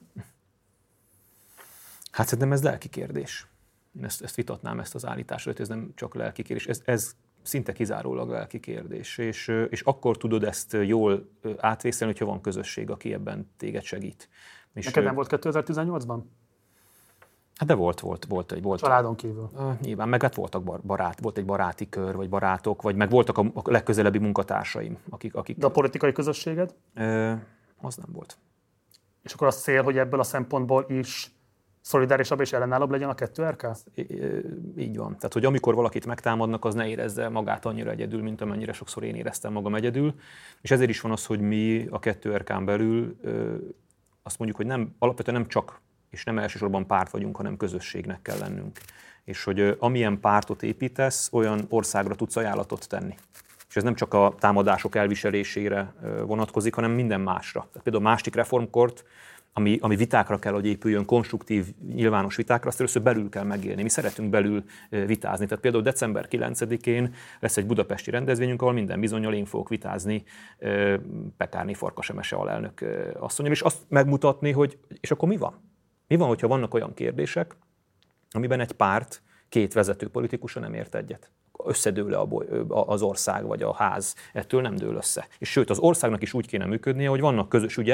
Hát szerintem ez lelki kérdés. Én ezt vitatnám, ezt az állítást, hogy ez nem csak lelki kérdés, ez szinte kizárólag lelki kérdés. És akkor tudod ezt jól átvészelni, hogyha van közösség, aki ebben téged segít. Neked nem volt 2018-ban? Hát de volt. Családon kívül. Nyilván, meg hát volt egy baráti kör, vagy barátok, vagy meg voltak a legközelebbi munkatársaim, akik... De a politikai közösséged? Az nem volt. És akkor az cél, hogy ebből a szempontból is szolidárisabb és ellenállóbb legyen a 2RK? Így van. Tehát, hogy amikor valakit megtámadnak, az ne érezze magát annyira egyedül, mint amennyire sokszor én éreztem magam egyedül. És ezért is van az, hogy mi a 2RK-n belül azt mondjuk, hogy alapvetően nem csak és nem elsősorban párt vagyunk, hanem közösségnek kell lennünk. És hogy amilyen pártot építesz, olyan országra tudsz ajánlatot tenni. És ez nem csak a támadások elviselésére vonatkozik, hanem minden másra. Tehát például a másik reformkort, ami vitákra kell, hogy épüljön, konstruktív, nyilvános vitákra, azt először belül kell megélni. Mi szeretünk belül vitázni. Tehát például december 9-én lesz egy budapesti rendezvényünk, ahol minden bizonnyal én fogok vitázni Pekárné Farkas Emese alelnök asszonnyal, és azt megmutatni, hogy és akkor mi van? Mi van, hogyha vannak olyan kérdések, amiben egy párt két vezető politikusa nem ért egyet? Összedől-e az ország vagy a ház? Ettől nem dől össze. És sőt, az országnak is úgy kéne működnie, hogy vannak közös ügyek,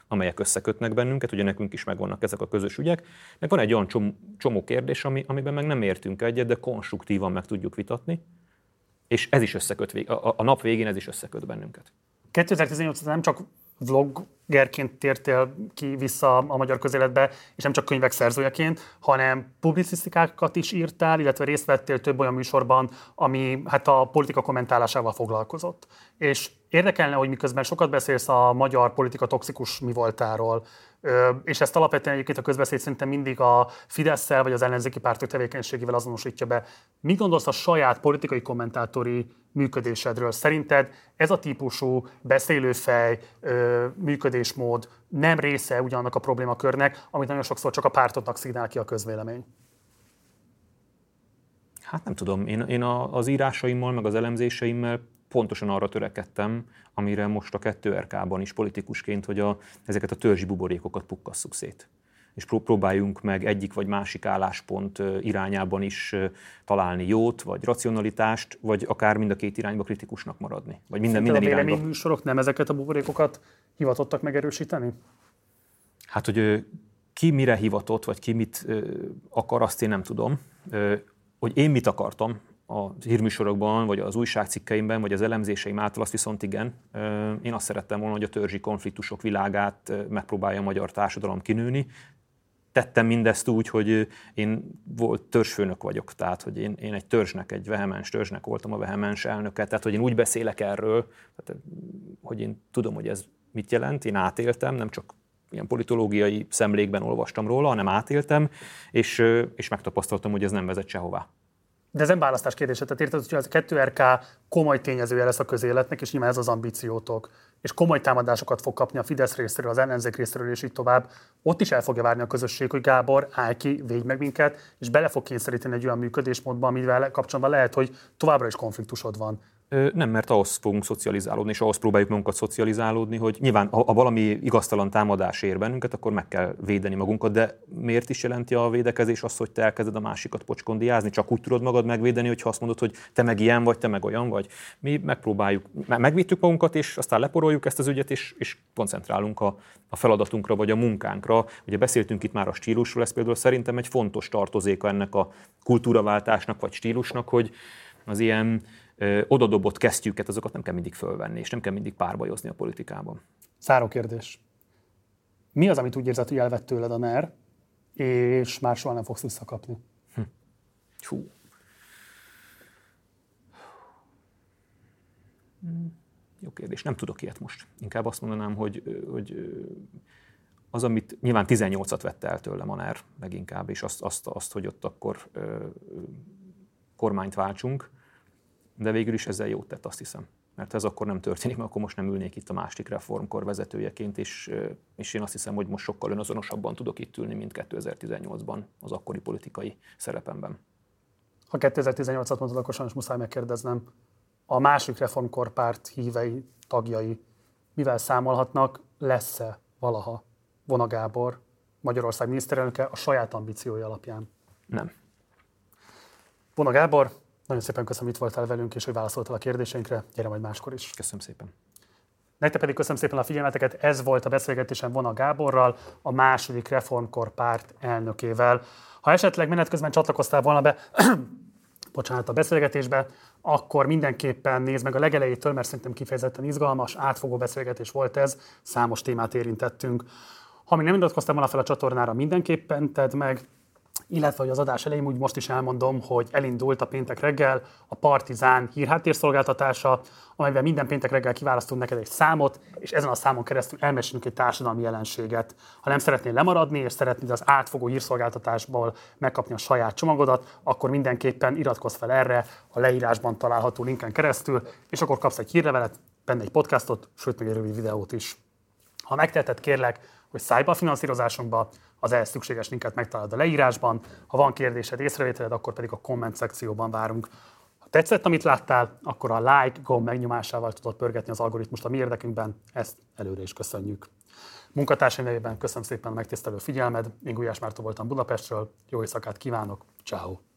amelyek összekötnek bennünket, ugye nekünk is megvannak ezek a közös ügyek, meg van egy olyan csomó kérdés, amiben meg nem értünk egyet, de konstruktívan meg tudjuk vitatni, és ez is összeköt, a nap végén ez is összeköt bennünket. 2018 nem csak vloggerként tértél ki vissza a magyar közéletbe, és nem csak könyvek szerzőjeként, hanem publicisztikákat is írtál, illetve részt vettél több olyan műsorban, ami hát a politika kommentálásával foglalkozott. És érdekelne, hogy miközben sokat beszélsz a magyar politika toxikus mi voltáról, és ezt alapvetően egyébként a közbeszéd szerintem mindig a Fidesz-szel vagy az ellenzéki pártok tevékenységével azonosítja be. Mit gondolsz a saját politikai kommentátori működésedről? Szerinted ez a típusú beszélőfej, működésmód nem része ugyanannak a problémakörnek, amit nagyon sokszor csak a pártodnak szignál ki a közvélemény? Hát nem tudom, én az írásaimmal, meg az elemzéseimmel pontosan arra törekedtem, amire most a 2RK-ban is politikusként, hogy ezeket a törzsi buborékokat pukkasszuk szét. És próbáljunk meg egyik vagy másik álláspont irányában is találni jót, vagy racionalitást, vagy akár mind a két irányba kritikusnak maradni. Vagy minden irányba. A véleményműsorok nem ezeket a buborékokat hivatottak megerősíteni? Hát, hogy ki mire hivatott, vagy ki mit akar, azt én nem tudom. Hogy én mit akartam a hírműsorokban, vagy az újságcikkeimben, vagy az elemzéseim által, azt viszont igen. Én azt szerettem volna, hogy a törzsi konfliktusok világát megpróbálja a magyar társadalom kinőni. Tettem mindezt úgy, hogy én törzsfőnök vagyok, tehát hogy én egy törzsnek, egy vehemens törzsnek voltam a vehemens elnöke, tehát hogy én úgy beszélek erről, tehát, hogy én tudom, hogy ez mit jelent, én átéltem, nem csak ilyen politológiai szemlékben olvastam róla, hanem átéltem, és megtapasztaltam, hogy ez nem vezet sehová. De ez nem választás kérdése, tehát érted, hogy az 2RK komoly tényezője lesz a közéletnek, és nyilván ez az ambíciótok, és komoly támadásokat fog kapni a Fidesz részéről, az ellenzék részéről, és így tovább. Ott is el fogja várni a közösség, hogy Gábor, állj ki, védj meg minket, és bele fog kényszeríteni egy olyan működésmódba, amivel kapcsolatban lehet, hogy továbbra is konfliktusod van. Nem, mert ahhoz fogunk szocializálódni, és ahhoz próbáljuk magunkat szocializálódni, hogy nyilván, ha valami igaztalan támadás ér bennünket, akkor meg kell védeni magunkat, de miért is jelenti a védekezés azt, hogy te elkezded a másikat pocskondiázni? Csak úgy tudod magad megvédeni, hogyha azt mondod, hogy te meg ilyen vagy, te meg olyan vagy. Mi megpróbáljuk, megvédjük magunkat, és aztán leporoljuk ezt az ügyet, és koncentrálunk a feladatunkra, vagy a munkánkra. Ugye beszéltünk itt már a stílusról, ez például szerintem egy fontos tartozéka ennek a kultúraváltásnak, vagy stílusnak, hogy az ilyen odadobott kesztyűket, azokat nem kell mindig fölvenni, és nem kell mindig párbajozni a politikában. Záró kérdés. Mi az, amit úgy érzed, hogy elvett tőled a NER, és már soha nem fogsz visszakapni? Jó kérdés, nem tudok ilyet most. Inkább azt mondanám, hogy az, amit nyilván 18-at vette el tőlem a NER leginkább, és azt hogy ott akkor kormányt váltsunk, de végül is ezzel jót tett, azt hiszem. Mert ez akkor nem történik, mert akkor most nem ülnék itt a másik reformkor vezetőjeként, és én azt hiszem, hogy most sokkal önazonosabban tudok itt ülni, mint 2018-ban az akkori politikai szerepemben. Ha 2018-at mondod, akkor sajnos muszáj megkérdeznem. A másik reformkor párt hívei, tagjai mivel számolhatnak, lesz-e valaha Vona Gábor, Magyarország miniszterelnöke a saját ambíciói alapján? Nem. Vona Gábor, nagyon szépen köszönöm, hogy itt voltál velünk, és hogy válaszoltál a kérdéseinkre. Gyere majd máskor is. Köszönöm szépen. Nektek pedig köszönöm szépen a figyelmeteket. Ez volt a beszélgetésem Vona Gáborral, a második reformkor párt elnökével. Ha esetleg menet közben csatlakoztál volna be a beszélgetésbe, akkor mindenképpen nézd meg a legelejétől, mert szerintem kifejezetten izgalmas, átfogó beszélgetés volt ez, számos témát érintettünk. Ha még nem iratkoztál volna fel a csatornára, mindenképpen tedd meg, illetve, hogy az adás elején úgy most is elmondom, hogy elindult a péntek reggel a Partizán hírháttérszolgáltatása, amelyben minden péntek reggel kiválasztunk neked egy számot, és ezen a számon keresztül elmesélünk egy társadalmi jelenséget. Ha nem szeretnél lemaradni, és szeretnéd az átfogó hírszolgáltatásból megkapni a saját csomagodat, akkor mindenképpen iratkozz fel erre a leírásban található linken keresztül, és akkor kapsz egy hírlevelet, benne egy podcastot, sőt, még egy rövid videót is. Ha megteheted, kérlek, hogy szállj be a finanszírozásunkba, az ehhez szükséges linket megtalálod a leírásban. Ha van kérdésed, észrevételed, akkor pedig a komment szekcióban várunk. Ha tetszett, amit láttál, akkor a like gomb megnyomásával tudod pörgetni az algoritmust a mi érdekünkben. Ezt előre is köszönjük. Munkatársaim nevében köszönöm szépen a megtisztelő figyelmed. Én Gulyás Márton voltam Budapestről. Jó éjszakát kívánok. Ciao.